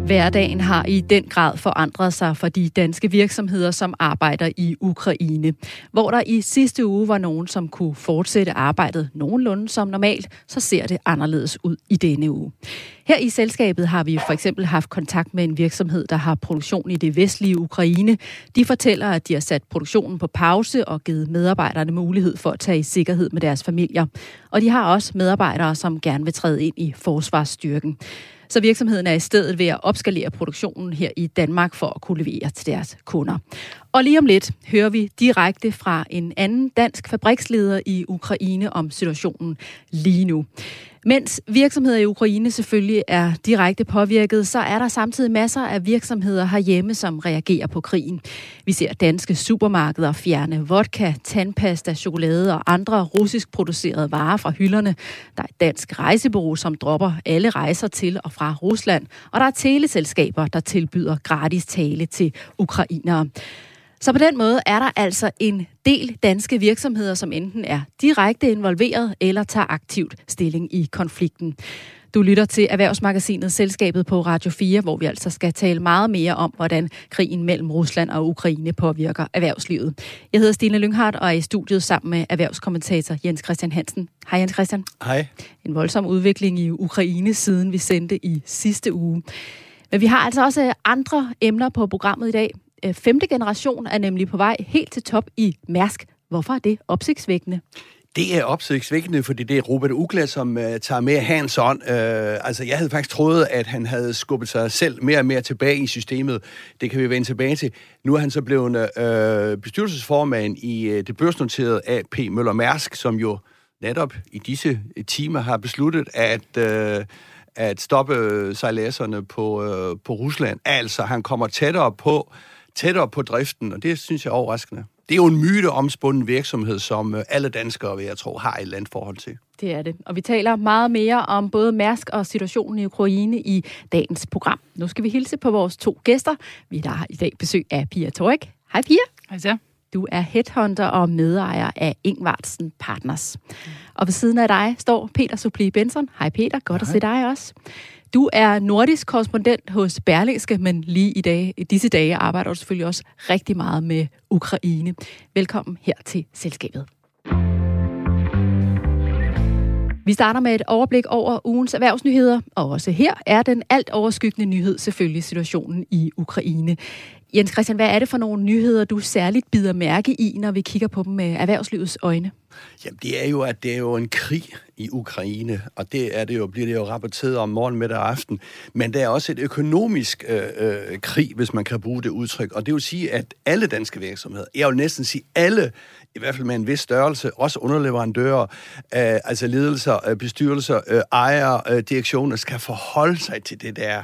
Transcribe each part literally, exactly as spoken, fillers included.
Hverdagen har i den grad forandret sig for de danske virksomheder, som arbejder i Ukraine. Hvor der i sidste uge var nogen, som kunne fortsætte arbejdet nogenlunde som normalt, så ser det anderledes ud i denne uge. Her i selskabet har vi for eksempel haft kontakt med en virksomhed, der har produktion i det vestlige Ukraine. De fortæller, at de har sat produktionen på pause og givet medarbejderne mulighed for at tage i sikkerhed med deres familier. Og de har også medarbejdere, som gerne vil træde ind i forsvarsstyrken. Så virksomheden er i stedet ved at opskalere produktionen her i Danmark for at kunne levere til deres kunder. Og lige om lidt hører vi direkte fra en anden dansk fabriksleder i Ukraine om situationen lige nu. Mens virksomheder i Ukraine selvfølgelig er direkte påvirket, så er der samtidig masser af virksomheder herhjemme, som reagerer på krigen. Vi ser danske supermarkeder fjerne vodka, tandpasta, chokolade og andre russisk producerede varer fra hylderne. Der er et dansk rejsebureau, som dropper alle rejser til og fra Rusland. Og der er teleselskaber, der tilbyder gratis tale til ukrainere. Så på den måde er der altså en del danske virksomheder, som enten er direkte involveret eller tager aktivt stilling i konflikten. Du lytter til Erhvervsmagasinet Selskabet på Radio fire, hvor vi altså skal tale meget mere om, hvordan krigen mellem Rusland og Ukraine påvirker erhvervslivet. Jeg hedder Stine Lynghardt og er i studiet sammen med erhvervskommentator Jens Christian Hansen. Hej Jens Christian. Hej. En voldsom udvikling i Ukraine, siden vi sendte i sidste uge. Men vi har altså også andre emner på programmet i dag. Femte generation er nemlig på vej helt til top i Mærsk. Hvorfor er det opsigtsvækkende? Det er opsigtsvækkende, fordi det er Robert Uggla, som uh, tager mere hands on. Uh, altså, jeg havde faktisk troet, at han havde skubbet sig selv mere og mere tilbage i systemet. Det kan vi vende tilbage til. Nu er han så blevet uh, bestyrelsesformand i uh, det børsnoterede A P Møller Mærsk, som jo netop i disse timer har besluttet at... Uh, at stoppe sejladserne på, uh, på Rusland. Altså, han kommer tættere på tættere på driften, og det synes jeg er overraskende. Det er jo en myteomspunden virksomhed, som alle danskere, vil jeg tro, har et eller andet forhold til. Det er det. Og vi taler meget mere om både Mærsk og situationen i Ukraine i dagens program. Nu skal vi hilse på vores to gæster. Vi har i dag besøg af Pia Torik. Hej Pia. Hej så. Du er headhunter og medejer af Ingvartsen Partners. Mm. Og ved siden af dig står Peter Supplie Benson. Hej Peter, godt Hej. At se dig også. Du er nordisk korrespondent hos Berlingske, men lige i, dag, i disse dage arbejder du selvfølgelig også rigtig meget med Ukraine. Velkommen her til selskabet. Vi starter med et overblik over ugens erhvervsnyheder, og også her er den alt overskyggende nyhed selvfølgelig situationen i Ukraine. Jens Christian, hvad er det for nogle nyheder, du særligt bider mærke i, når vi kigger på dem med erhvervslivets øjne? Jamen, det er jo, at det er jo en krig i Ukraine, og det er det jo, bliver det jo rapporteret om morgen, middag og aften. Men der er også et økonomisk øh, øh, krig, hvis man kan bruge det udtryk. Og det vil sige, at alle danske virksomheder, jeg vil næsten sige alle, i hvert fald med en vis størrelse, også underleverandører, øh, altså ledelser, øh, bestyrelser, øh, ejere, øh, direktioner, skal forholde sig til det der,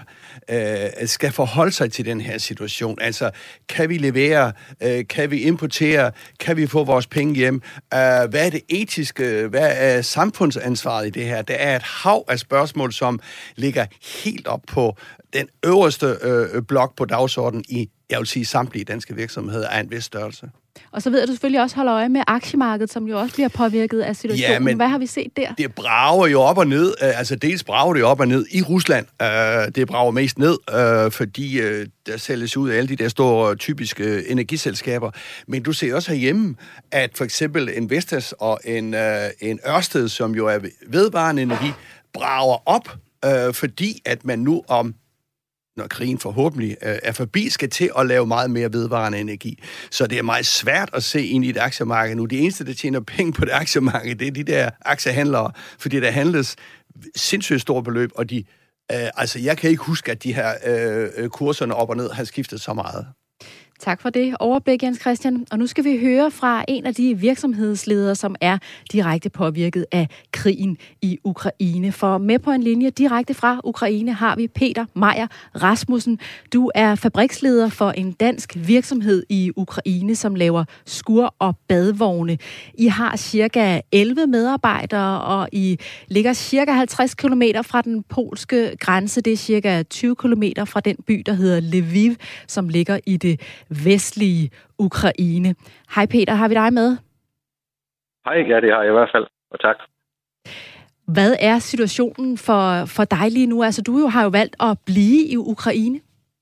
øh, skal forholde sig til den her situation. Altså, kan vi levere, øh, kan vi importere, kan vi få vores penge hjem, øh, hvad er det etiske, hvad er samfundsansvaret i det her? Der er et hav af spørgsmål, som ligger helt op på den øverste øh, blok på dagsordenen i, jeg vil sige, samtlige danske virksomheder af en vis størrelse. Og så ved jeg, at du selvfølgelig også holder øje med aktiemarkedet, som jo også bliver påvirket af situationen. Ja, men hvad har vi set der? Det brager jo op og ned. Altså dels brager det op og ned i Rusland. Det brager mest ned, fordi der sælges ud af alle de der store typiske energiselskaber. Men du ser også herhjemme, at for eksempel en Vestas og en, en Ørsted, som jo er vedvarende energi, brager op, fordi at man nu om når krigen forhåbentlig øh, er forbi, skal til at lave meget mere vedvarende energi. Så det er meget svært at se ind i et aktiemarked nu. De eneste, der tjener penge på det aktiemarked, det er de der aktiehandlere, fordi der handles sindssygt store beløb, og de, øh, altså jeg kan ikke huske, at de her øh, kurserne op og ned har skiftet så meget. Tak for det overblik, Jens Christian. Og nu skal vi høre fra en af de virksomhedsledere, som er direkte påvirket af krigen i Ukraine. For med på en linje direkte fra Ukraine har vi Peter Meyer Rasmussen. Du er fabriksleder for en dansk virksomhed i Ukraine, som laver skur- og badvogne. I har cirka elleve medarbejdere, og I ligger cirka halvtreds kilometer fra den polske grænse. Det er cirka tyve kilometer fra den by, der hedder Lviv, som ligger i det vestlige Ukraine. Hej Peter, har vi dig med? Hej, ja det har jeg i hvert fald, og tak. Hvad er situationen for, for dig lige nu? Altså, du jo har jo valgt at blive i Ukraine.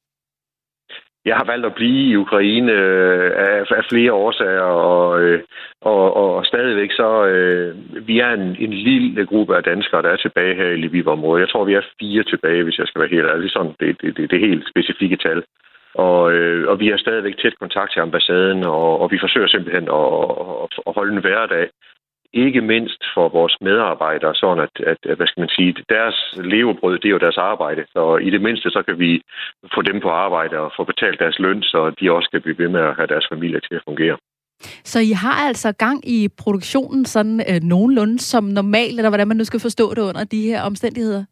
Jeg har valgt at blive i Ukraine øh, af, af flere årsager, og, øh, og, og stadigvæk så, øh, vi er en, en lille gruppe af danskere, der er tilbage her i Lviv-området. Jeg tror, vi er fire tilbage, hvis jeg skal være helt ærlig. Sådan, det, det, det, det er helt specifikke tal. Og, øh, og vi har stadigvæk tæt kontakt til ambassaden, og, og vi forsøger simpelthen at, at, at holde en hverdag. Ikke mindst for vores medarbejdere, sådan at, at, hvad skal man sige, deres levebrød, det er jo deres arbejde. Så i det mindste, så kan vi få dem på arbejde og få betalt deres løn, så de også kan blive ved med at have deres familie til at fungere. Så I har altså gang i produktionen sådan øh, nogenlunde som normalt, eller hvordan man nu skal forstå det under de her omstændigheder?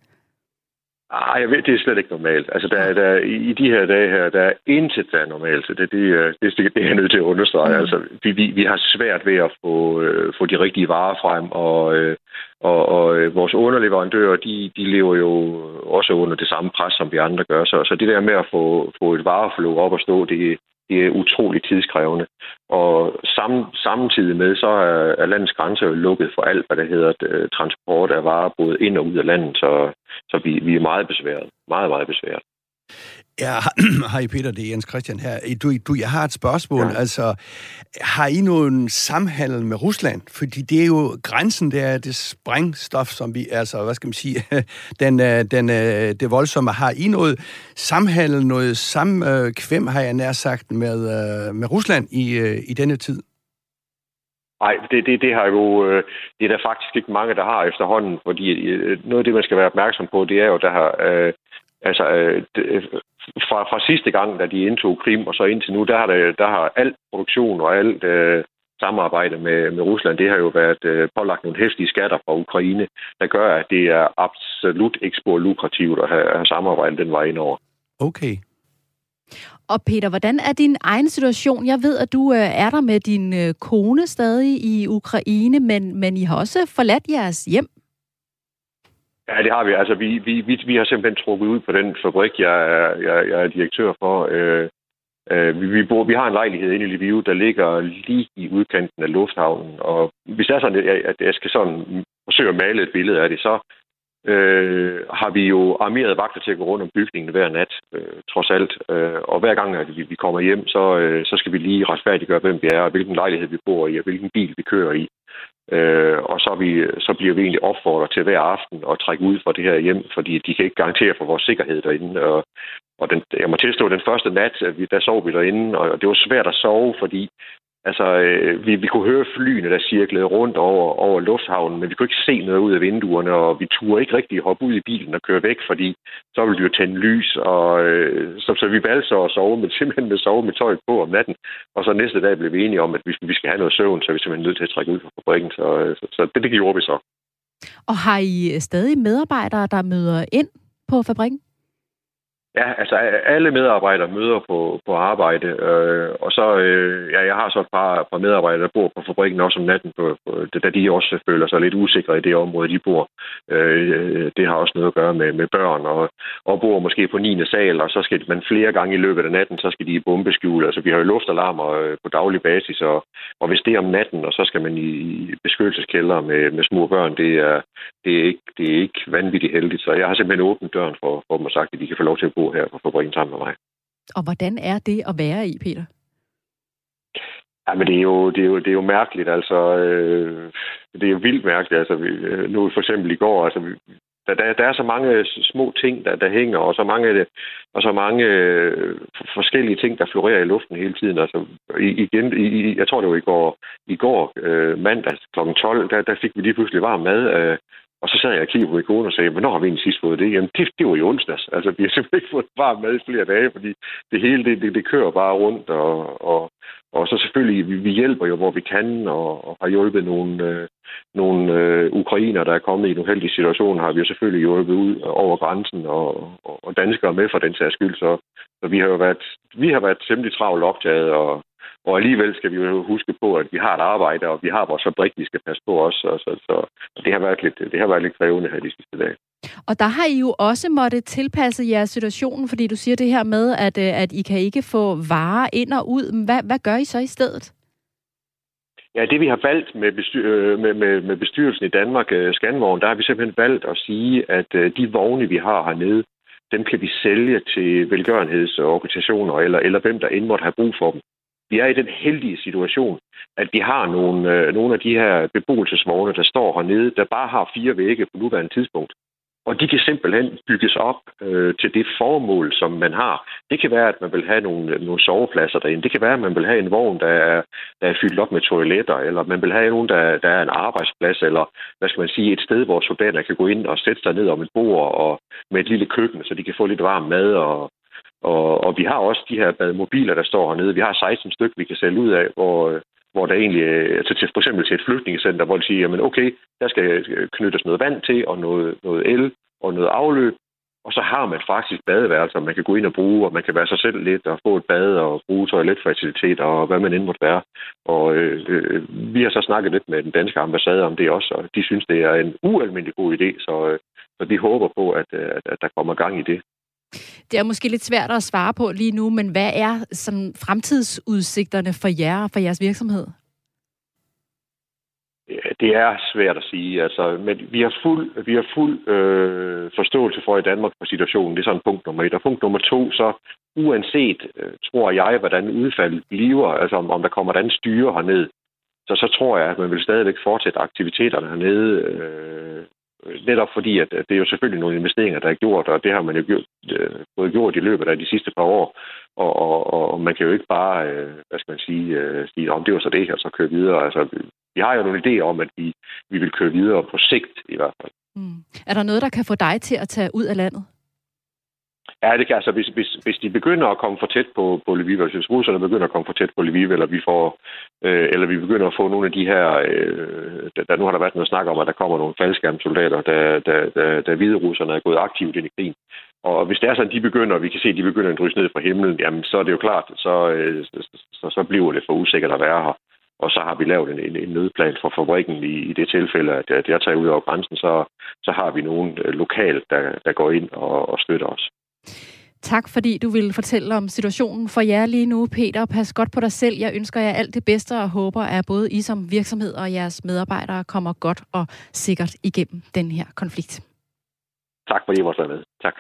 Ej, jeg ved, det er slet ikke normalt. Altså, der, der, i de her dage her, der er intet, der er normalt. Det, det, det, det, det er jeg nødt til at understrege. Mm. Altså, vi, vi, vi har svært ved at få, øh, få de rigtige varer frem, og, øh, og, og vores underleverandører, de, de lever jo også under det samme pres, som vi andre gør. Så, så det der med at få, få et vareflow op og stå, det, det er utroligt tidskrævende. Og sammen, samtidig med, så er, er landets grænser jo lukket for alt, hvad der hedder uh, transport af varer, både ind og ud af landet. Så, så vi, vi er meget besværet. Meget, meget besværet. Ja, hej Peter, det er Jens Christian her. Du, du, jeg har et spørgsmål. Ja. Altså, har I nogen samhandel med Rusland? Fordi det er jo grænsen, der er det sprængstof, som vi, altså, hvad skal man sige, den, den, det voldsomme. Har I noget samhandel, noget samkvem, har jeg nær sagt, med, med Rusland i, i denne tid? Nej, det, det, det har jo, det er der faktisk ikke mange, der har efterhånden, fordi noget af det, man skal være opmærksom på, det er jo, der har, øh, altså, øh, fra, fra sidste gang, da de indtog Krim, og så indtil nu, der har, der, der har alt produktion og alt øh, samarbejde med, med Rusland, det har jo været øh, pålagt nogle heftige skatter fra Ukraine, der gør, at det er absolut eksport lukrativt at have, have samarbejdet den vej indover. Okay. Og Peter, hvordan er din egen situation? Jeg ved, at du er der med din kone stadig i Ukraine, men, men I har også forladt jeres hjem. Ja, det har vi. Altså, vi, vi, vi, vi har simpelthen trukket ud på den fabrik, jeg er, jeg, jeg er direktør for. Øh, øh, vi, vi, bor, vi har en lejlighed inde i Lviv, der ligger lige i udkanten af lufthavnen. Og hvis det er sådan, at jeg skal sådan forsøge at male et billede af det, så Øh, har vi jo armeret vagter til at gå rundt om bygningen hver nat, øh, trods alt. Øh, og hver gang, at vi, vi kommer hjem, så, øh, så skal vi lige retfærdiggøre, hvem vi er, og hvilken lejlighed vi bor i, og hvilken bil vi kører i. Øh, og så, vi, så bliver vi egentlig opfordret til hver aften at trække ud fra det her hjem, fordi de kan ikke garantere for vores sikkerhed derinde. Og, og den, jeg må tilstå, den første nat, der sov vi derinde, og det var svært at sove, fordi Altså, øh, vi, vi kunne høre flyene, der cirklede rundt over, over lufthavnen, men vi kunne ikke se noget ud af vinduerne, og vi turde ikke rigtig hoppe ud i bilen og køre væk, fordi så ville de jo tænde lys, og øh, så, så vi valgte så at sove, men simpelthen med sove med tøjet på om natten, og så næste dag blev vi enige om, at hvis vi skal have noget søvn, så er vi simpelthen nødt til at trække ud fra fabrikken, så, så, så det, det gjorde vi så. Og har I stadig medarbejdere, der møder ind på fabrikken? Ja, altså alle medarbejdere møder på, på arbejde, øh, og så, øh, ja, jeg har så et par, par medarbejdere, der bor på fabrikken også om natten, på, på, da de også føler sig lidt usikre i det område, de bor. Øh, det har også noget at gøre med, med børn, og, og bor måske på niende sal, og så skal man flere gange i løbet af natten, så skal de i bombeskjul. Altså vi har jo luftalarmer på daglig basis, og, og hvis det er om natten, og så skal man i, i beskyttelseskælder med, med små børn, det er, det, er ikke, det er ikke vanvittigt heldigt. Så jeg har simpelthen åbnet døren for, for dem og sagt, at de kan få lov til at bo her på fabrikken sammen med mig. Og hvordan er det at være i, Peter? Ja, men det er jo, det er jo, det er jo mærkeligt, altså. Øh, det er jo vildt mærkeligt, altså. Vi, nu for eksempel i går, altså, vi, der, der, der er så mange små ting, der, der hænger, og så mange, og så mange øh, forskellige ting, der florerer i luften hele tiden. Altså, igen, i, jeg tror, det var i går, i går øh, mandag klokken tolv, der, der fik vi lige pludselig varm mad, øh, og så sad jeg og kiggede på min kone og sagde, hvornår har vi egentlig sidst fået det? Jamen, det, det var i onsdags. Altså, vi har simpelthen ikke fået varm mad i flere dage, fordi det hele, det, det, det kører bare rundt. Og, og, og så selvfølgelig, vi, vi hjælper jo, hvor vi kan, og, og har hjulpet nogle, øh, nogle øh, ukrainer, der er kommet i en uheldig situation, har vi jo selvfølgelig hjulpet ud over grænsen, og, og, og danskere med for den sags skyld. Så, så vi har jo været, vi har været simpelthen travlt optaget, og Og alligevel skal vi jo huske på, at vi har et arbejde, og vi har vores fabrik, vi skal passe på os. Så, så, så det har været lidt, det har været lidt krævende her de sidste dage. Og der har I jo også måttet tilpasse jeres situation, fordi du siger det her med, at, at I kan ikke få varer ind og ud. Hvad, hvad gør I så i stedet? Ja, det vi har valgt med, bestyr- med, med, med bestyrelsen i Danmark, uh, Scanvogn, der har vi simpelthen valgt at sige, at uh, de vogne, vi har hernede, dem kan vi sælge til velgørenhedsorganisationer, eller, eller hvem der end måtte have brug for dem. Vi er i den heldige situation, at vi har nogle, øh, nogle af de her beboelsesvogne, der står hernede, der bare har fire vægge på nuværende tidspunkt. Og de kan simpelthen bygges op øh, til det formål, som man har. Det kan være, at man vil have nogle, nogle sovepladser derinde. Det kan være, at man vil have en vogn, der er, der er fyldt op med toiletter, eller man vil have nogen, der, der er en arbejdsplads, eller hvad skal man sige, et sted, hvor soldater kan gå ind og sætte sig ned om et bord og med et lille køkken, så de kan få lidt varm mad. Og, og, og vi har også de her badmobiler, der står hernede. Vi har seksten stykker, vi kan sælge ud af, hvor... hvor der egentlig, altså til, for eksempel til et flygtningecenter, hvor de siger, jamen okay, der skal knyttes noget vand til, og noget, noget el, og noget afløb, og så har man faktisk badeværelser, man kan gå ind og bruge, og man kan være sig selv lidt, og få et bad, og bruge toiletfaciliteter, og hvad man end måtte være. Og øh, vi har så snakket lidt med den danske ambassade om det også, og de synes, det er en ualmindelig god idé, så, øh, så de håber på, at, at, at der kommer gang i det. Det er måske lidt svært at svare på lige nu, men hvad er sådan fremtidsudsigterne for jer og for jeres virksomhed? Ja, det er svært at sige, altså, men vi har fuld, vi har fuld øh, forståelse for i Danmark for situationen. Det er sådan punkt nummer et. Og punkt nummer to, så uanset, øh, tror jeg, hvordan udfaldet bliver, altså om, om der kommer et andet styre herned, så, så tror jeg, at man vil stadigvæk fortsætte aktiviteterne hernede, øh, netop fordi, at det er jo selvfølgelig nogle investeringer, der er gjort, og det har man jo gjort, både gjort i løbet af de sidste par år. Og, og, og man kan jo ikke bare, hvad skal man sige, sige, om det var så det her, så køre videre. Altså, vi har jo nogle idéer om, at vi, vi vil køre videre på sigt i hvert fald. Mm. Er der noget, der kan få dig til at tage ud af landet? Ja, det kan altså, hvis, hvis, hvis de begynder at komme for tæt på, på Lviv, altså hvis russerne begynder at komme for tæt på Lviv, eller vi får, øh, eller vi begynder at få nogle af de her, øh, der, der nu har der været noget snak om, at der kommer nogle faldskærmsoldater, der, der, der, der hvide russerne er gået aktivt ind i krigen. Og hvis det er sådan, de begynder, vi kan se, at de begynder at drysse ned fra himlen, jamen så er det jo klart, så, øh, så, så bliver det for usikkert at være her. Og så har vi lavet en, en, en nødplan for fabrikken i, i det tilfælde, at, at jeg tager ud over grænsen, så, så har vi nogen lokalt, der, der går ind og, og støtter os. Tak, fordi du ville fortælle om situationen for jer lige nu, Peter. Pas godt på dig selv. Jeg ønsker jer alt det bedste og håber, at både I som virksomhed og jeres medarbejdere kommer godt og sikkert igennem den her konflikt. Tak fordi I måtte være med. Tak.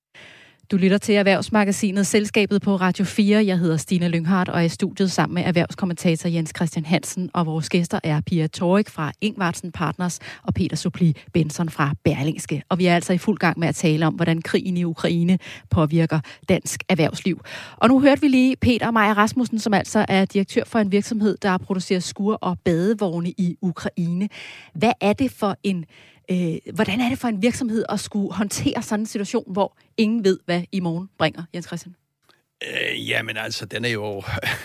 Du lytter til Erhvervsmagasinet Selskabet på Radio fire. Jeg hedder Stine Lynghardt og er i studiet sammen med erhvervskommentator Jens Christian Hansen. Og vores gæster er Pia Torik fra Ingvartsen Partners og Peter Supli Benson fra Berlingske. Og vi er altså i fuld gang med at tale om, hvordan krigen i Ukraine påvirker dansk erhvervsliv. Og nu hørte vi lige Peter Meyer Rasmussen, som altså er direktør for en virksomhed, der producerer skur- og badevogne i Ukraine. Hvad er det for en Øh, hvordan er det for en virksomhed at skulle håndtere sådan en situation, hvor ingen ved, hvad i morgen bringer, Jens Christian? Øh, jamen altså, den er jo...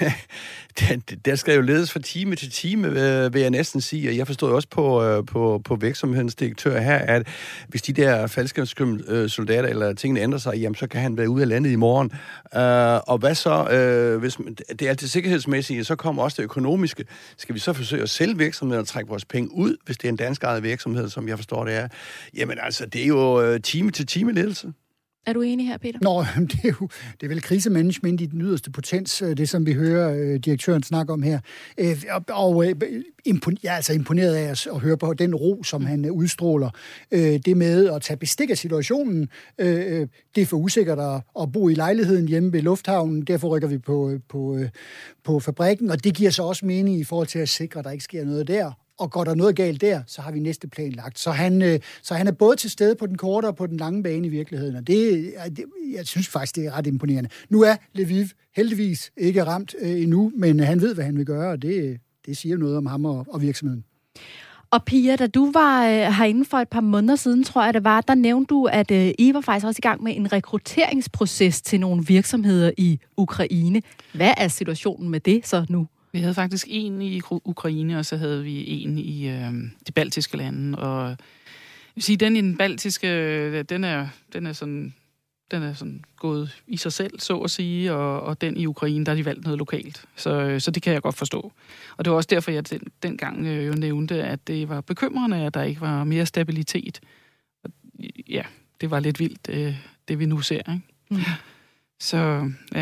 den, der skal jo ledes fra time til time, øh, vil jeg næsten sige. Og jeg forstod også på, øh, på, på virksomhedens direktør her, at hvis de der faldskærmssoldater eller tingene ændrer sig, jamen så kan han være ude af landet i morgen. Øh, og hvad så? Øh, hvis man, det er altid sikkerhedsmæssigt, så kommer også det økonomiske. Skal vi så forsøge at sælge virksomheden og trække vores penge ud, hvis det er en dansk ejet virksomhed, som jeg forstår det er? Jamen altså, det er jo øh, time til time ledelse. Er du enig her, Peter? Nå, det er jo det er vel krisemanagement i den yderste potens, det som vi hører øh, direktøren snakke om her. Øh, og og øh, impon- jeg er altså imponeret af at, at høre på den ro, som han øh, udstråler. Øh, det med at tage bestik af situationen. Øh, det er for usikkert at, at bo i lejligheden hjemme ved lufthavnen, derfor rykker vi på, på, øh, på fabrikken, og det giver så også mening i forhold til at sikre, at der ikke sker noget der. Og går der noget galt der, så har vi næste plan lagt. Så han, øh, så han er både til stede på den korte og på den lange bane i virkeligheden, og det, det jeg synes faktisk, det er ret imponerende. Nu er Lviv heldigvis ikke ramt øh, endnu, men han ved, hvad han vil gøre, og det, det siger noget om ham og, og virksomheden. Og Pia, da du var øh, herinde for et par måneder siden, tror jeg det var, der nævnte du, at øh, I var faktisk også i gang med en rekrutteringsproces til nogle virksomheder i Ukraine. Hvad er situationen med det så nu? Vi havde faktisk en i Ukraine, og så havde vi en i øh, de baltiske lande. Og jeg vil sige, den i den baltiske, den er, den er sådan, den er sådan gået i sig selv, så at sige, og, og den i Ukraine, der har de valgt noget lokalt. Så, så det kan jeg godt forstå. Og det var også derfor, jeg den, dengang øh, jo nævnte, at det var bekymrende, at der ikke var mere stabilitet. Og, ja, det var lidt vildt, øh, det vi nu ser, ikke? Mm. Så, ja...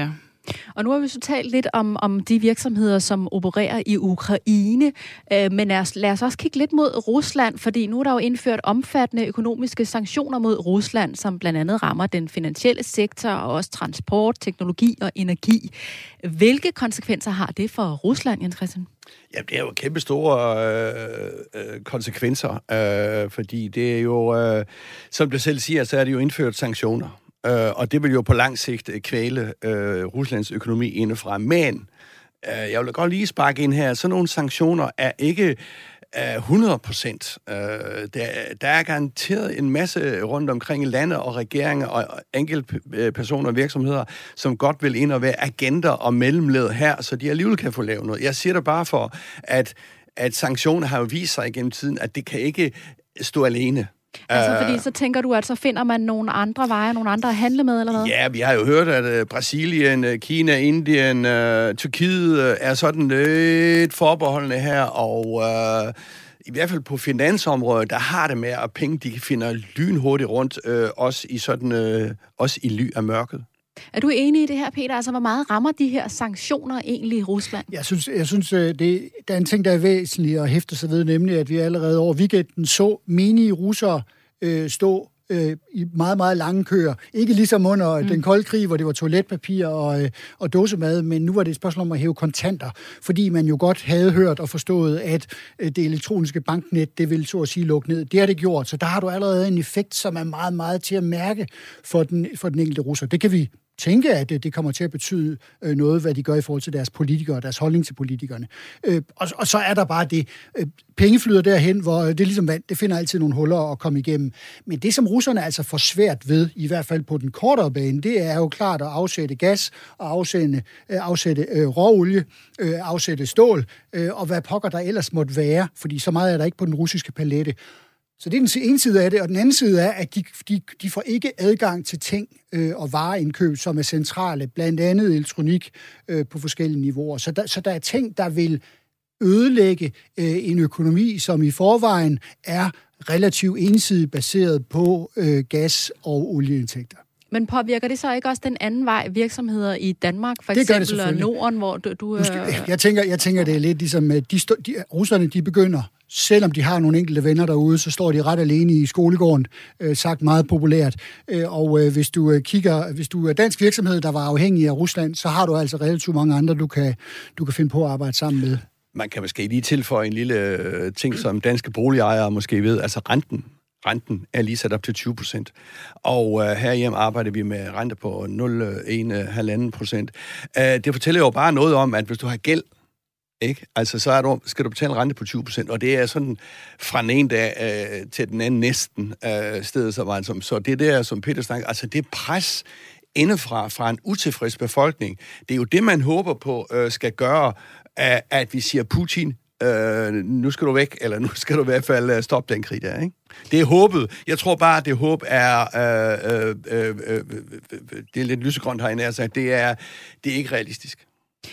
Og nu har vi så talt lidt om, om de virksomheder, som opererer i Ukraine, øh, men lad os, lad os også kigge lidt mod Rusland, fordi nu er der jo indført omfattende økonomiske sanktioner mod Rusland, som blandt andet rammer den finansielle sektor og også transport, teknologi og energi. Hvilke konsekvenser har det for Rusland, Jens Christian? Ja, det er jo kæmpe store øh, øh, konsekvenser, øh, fordi det er jo, øh, som det selv siger, så er det jo indført sanktioner. Uh, og det vil jo på lang sigt kvæle uh, Ruslands økonomi indefra. Men uh, jeg vil godt lige sparke ind her, sådan nogle sanktioner er ikke uh, hundrede procent. Uh, der, der er garanteret en masse rundt omkring i landet og regeringer og enkelte personer og virksomheder, som godt vil ind og være agenter og mellemled her, så de alligevel kan få lavet noget. Jeg siger det bare for, at, at sanktioner har jo vist sig igennem tiden, at det kan ikke stå alene. Altså, fordi så tænker du, at så finder man nogle andre veje, nogle andre at handle med, eller hvad? Ja, vi har jo hørt, at uh, Brasilien, uh, Kina, Indien, uh, Tyrkiet uh, er sådan lidt forbeholdende her, og uh, i hvert fald på finansområdet, der har det med, at penge, de finder lynhurtigt rundt, uh, også i sådan, uh, også i ly af mørket. Er du enig i det her, Peter? Altså, hvor meget rammer de her sanktioner egentlig i Rusland? Jeg synes, jeg synes det, der er en ting, der er væsentlig at hæfte sig ved, nemlig at vi allerede over weekenden så menige russere øh, stå øh, i meget, meget lange køer. Ikke ligesom under mm. den kolde krig, hvor det var toiletpapir og, øh, og dåsemad, men nu var det et spørgsmål om at hæve kontanter, fordi man jo godt havde hørt og forstået, at øh, det elektroniske banknet, det ville så at sige lukke ned. Det har det gjort, så der har du allerede en effekt, som er meget, meget til at mærke for den, for den enkelte russer. Det kan vi tænke, at det kommer til at betyde noget, hvad de gør i forhold til deres politikere og deres holdning til politikerne. Og, og så er der bare det. Penge flyder derhen, hvor det er ligesom vand. Det finder altid nogle huller at komme igennem. Men det, som russerne altså får svært ved, i hvert fald på den kortere bane, det er jo klart at afsætte gas og afsætte, afsætte øh, råolie, øh, afsætte stål, øh, og hvad pokker der ellers måtte være, fordi så meget er der ikke på den russiske palette. Så det er den ene side af det, og den anden side er, at de, de, de får ikke adgang til ting øh, og vareindkøb, som er centrale, blandt andet elektronik øh, på forskellige niveauer. Så der, så der er ting, der vil ødelægge øh, en økonomi, som i forvejen er relativt ensidigt baseret på øh, gas- og olieindtægter. Men påvirker det så ikke også den anden vej virksomheder i Danmark, for det eksempel Norden, hvor du... du øh... jeg, tænker, jeg tænker, det er lidt ligesom, at de, de, russerne de begynder, selvom de har nogle enkelte venner derude, så står de ret alene i skolegården, øh, sagt meget populært. Øh, og øh, hvis du øh, kigger, hvis du er dansk virksomhed, der var afhængig af Rusland, så har du altså relativt mange andre, du kan, du kan finde på at arbejde sammen med. Man kan måske lige tilføje en lille ting, som danske boligejere måske ved, altså renten. Renten er lige sat op til tyve procent. Og øh, herhjemme arbejder vi med rente på nul komma en til halvanden procent. Øh, det fortæller jo bare noget om, at hvis du har gæld, ikke? Altså, så er du, skal du betale rente på tyve procent, og det er sådan fra den ene dag øh, til den anden næsten øh, stedet, så var som. Så det der, som Peter snakker, altså det pres indefra fra en utilfreds befolkning, det er jo det, man håber på øh, skal gøre, at, at vi siger Putin, øh, nu skal du væk, eller nu skal du i hvert fald stoppe den krig der, ikke? Det er håbet. Jeg tror bare, at det håb er, øh, øh, øh, øh, det er lidt lysegrønt herinde, altså, det er, det er ikke realistisk.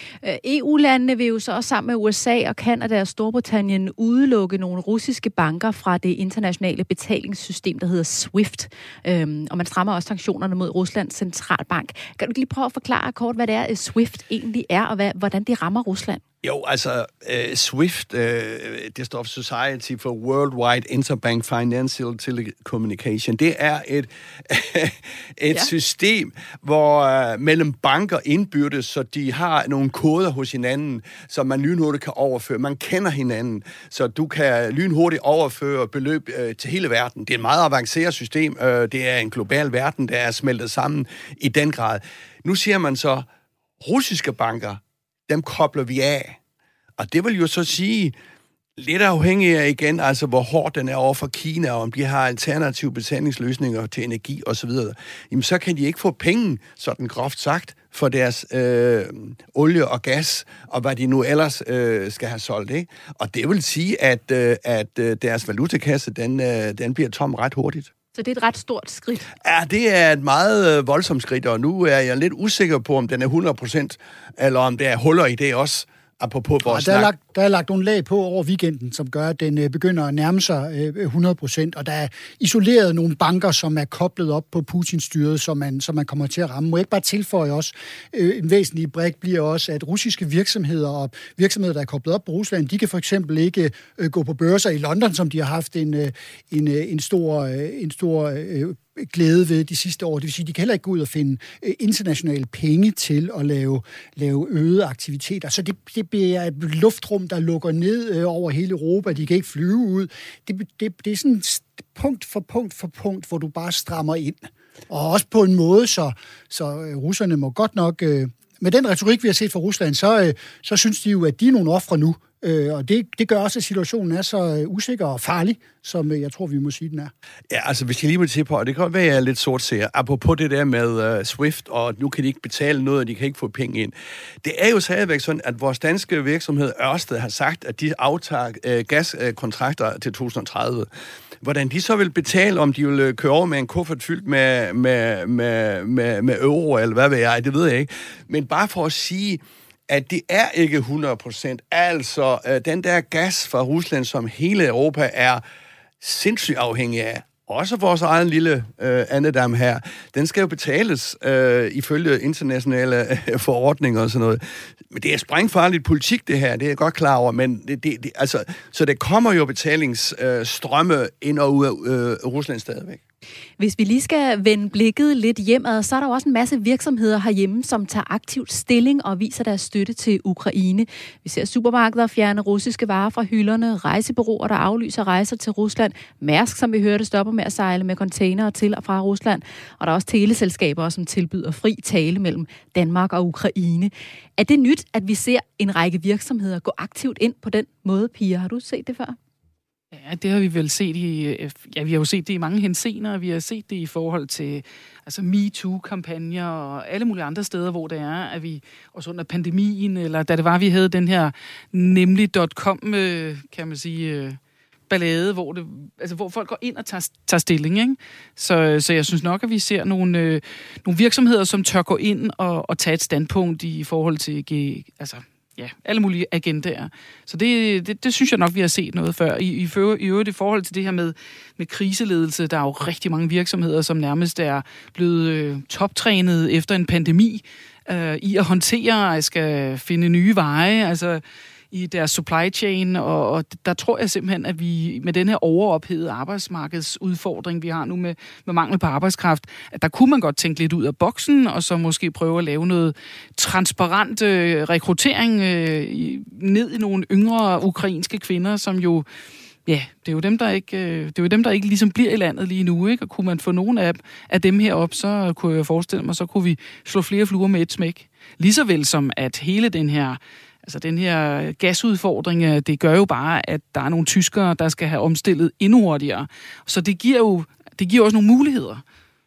E U-landene vil jo så også sammen med U S A og Canada og Storbritannien udelukke nogle russiske banker fra det internationale betalingssystem, der hedder SWIFT. Øhm, og man strammer også sanktionerne mod Ruslands centralbank. Kan du lige prøve at forklare kort, hvad det er, SWIFT egentlig er, og hvad, hvordan det rammer Rusland? Jo, altså uh, SWIFT, uh, det står for Society for Worldwide Interbank Financial Telecommunication. Det er et, et ja. system, hvor uh, mellem banker indbyrdes, så de har nogle koder hos hinanden, som man lynhurtigt kan overføre. Man kender hinanden, så du kan lynhurtigt overføre beløb uh, til hele verden. Det er et meget avanceret system. Uh, det er en global verden, der er smeltet sammen i den grad. Nu siger man så, russiske banker, dem kobler vi af. Og det vil jo så sige, lidt afhængig af igen, altså hvor hårdt den er over for Kina, og om de har alternative betalingsløsninger til energi osv., jamen så kan de ikke få penge, sådan groft sagt, for deres øh, olie og gas, og hvad de nu ellers øh, skal have solgt, ikke? Og det vil sige, at, øh, at deres valutakasse, den, øh, den bliver tom ret hurtigt. Så det er et ret stort skridt. Ja, det er et meget voldsomt skridt, og nu er jeg lidt usikker på, om den er hundrede procent, eller om der er huller i det også, apropos vores ja, der, er lagt, Der er lagt nogle lag på over weekenden, som gør, at den begynder at nærme sig hundrede procent, og der er isoleret nogle banker, som er koblet op på Putin-styret, som man, som man kommer til at ramme. Må jeg ikke bare tilføje også, en væsentlig brik bliver også, at russiske virksomheder og virksomheder, der er koblet op på Rusland, de kan for eksempel ikke gå på børser i London, som de har haft en, en, en stor, en stor glæde ved de sidste år. Det vil sige, de kan heller ikke gå ud og finde internationale penge til at lave, lave øgede aktiviteter. Så det, det bliver et luftrum, der lukker ned over hele Europa. De kan ikke flyve ud. Det, det, det er sådan punkt for punkt for punkt, hvor du bare strammer ind. Og også på en måde, så, så russerne må godt nok... Med den retorik, vi har set fra Rusland, så, så synes de jo, at de er nogle ofre nu. Og det, det gør også, at situationen er så usikker og farlig, som jeg tror, vi må sige, den er. Ja, altså, hvis jeg lige må til på, og det kan godt være, at jeg er lidt sort ser, apropos det der med uh, SWIFT, og nu kan de ikke betale noget, og de kan ikke få penge ind. Det er jo stadigvæk sådan, at vores danske virksomhed Ørsted har sagt, at de aftager uh, gaskontrakter til to tusind og tredive. Hvordan de så vil betale, om de vil køre over med en kuffert fyldt med, med, med, med, med euro, eller hvad ved jeg, det ved jeg ikke. Men bare for at sige, at det er ikke hundrede procent. Altså, øh, den der gas fra Rusland, som hele Europa er sindssygt afhængig af, også vores egen lille øh, andedam her, den skal jo betales øh, ifølge internationale øh, forordninger og sådan noget. Men det er sprængfarligt politik, det her, det er jeg godt klar over, men det, det, det, altså, så det kommer jo betalingsstrømme øh, ind og ud af øh, Rusland stadigvæk. Hvis vi lige skal vende blikket lidt hjemad, så er der jo også en masse virksomheder herhjemme, som tager aktivt stilling og viser deres støtte til Ukraine. Vi ser supermarkeder fjerne russiske varer fra hylderne, rejsebureauer, der aflyser rejser til Rusland, Mærsk, som vi hørte, stopper med at sejle med containere til og fra Rusland, og der er også teleselskaber, som tilbyder fri tale mellem Danmark og Ukraine. Er det nyt, at vi ser en række virksomheder gå aktivt ind på den måde, Pia? Har du set det før? Ja, det har vi vel set i, ja, vi har jo set det i mange henseender, og vi har set det i forhold til altså MeToo-kampagner og alle mulige andre steder, hvor det er, at vi også under pandemien, eller da det var, vi havde den her nemlig punktum com, kan man sige, ballade, hvor, det, altså, hvor folk går ind og tager, tager stilling. Ikke? Så, så jeg synes nok, at vi ser nogle, øh, nogle virksomheder, som tør gå ind og, og tage et standpunkt i forhold til altså, ja, alle mulige agendaer. Så det, det, det synes jeg nok, vi har set noget før. I, i, i øvrigt i forhold til det her med, med kriseledelse, der er jo rigtig mange virksomheder, som nærmest er blevet øh, toptrænet efter en pandemi øh, i at håndtere, at skal finde nye veje, altså i deres supply chain, og, og der tror jeg simpelthen, at vi med den her overophedede arbejdsmarkedsudfordring, vi har nu med, med mangel på arbejdskraft, at der kunne man godt tænke lidt ud af boksen, og så måske prøve at lave noget transparent øh, rekruttering øh, i, ned i nogle yngre ukrainske kvinder, som jo, ja, det er jo dem, der ikke, øh, det er jo dem, der ikke ligesom bliver i landet lige nu, ikke? Og kunne man få nogle af, af dem herop, så kunne jeg forestille mig, så kunne vi slå flere fluer med et smæk. Ligeså vel som, at hele den her Altså den her gasudfordring, det gør jo bare, at der er nogle tyskere, der skal have omstillet endnu hurtigere. Så det giver jo det giver også nogle muligheder.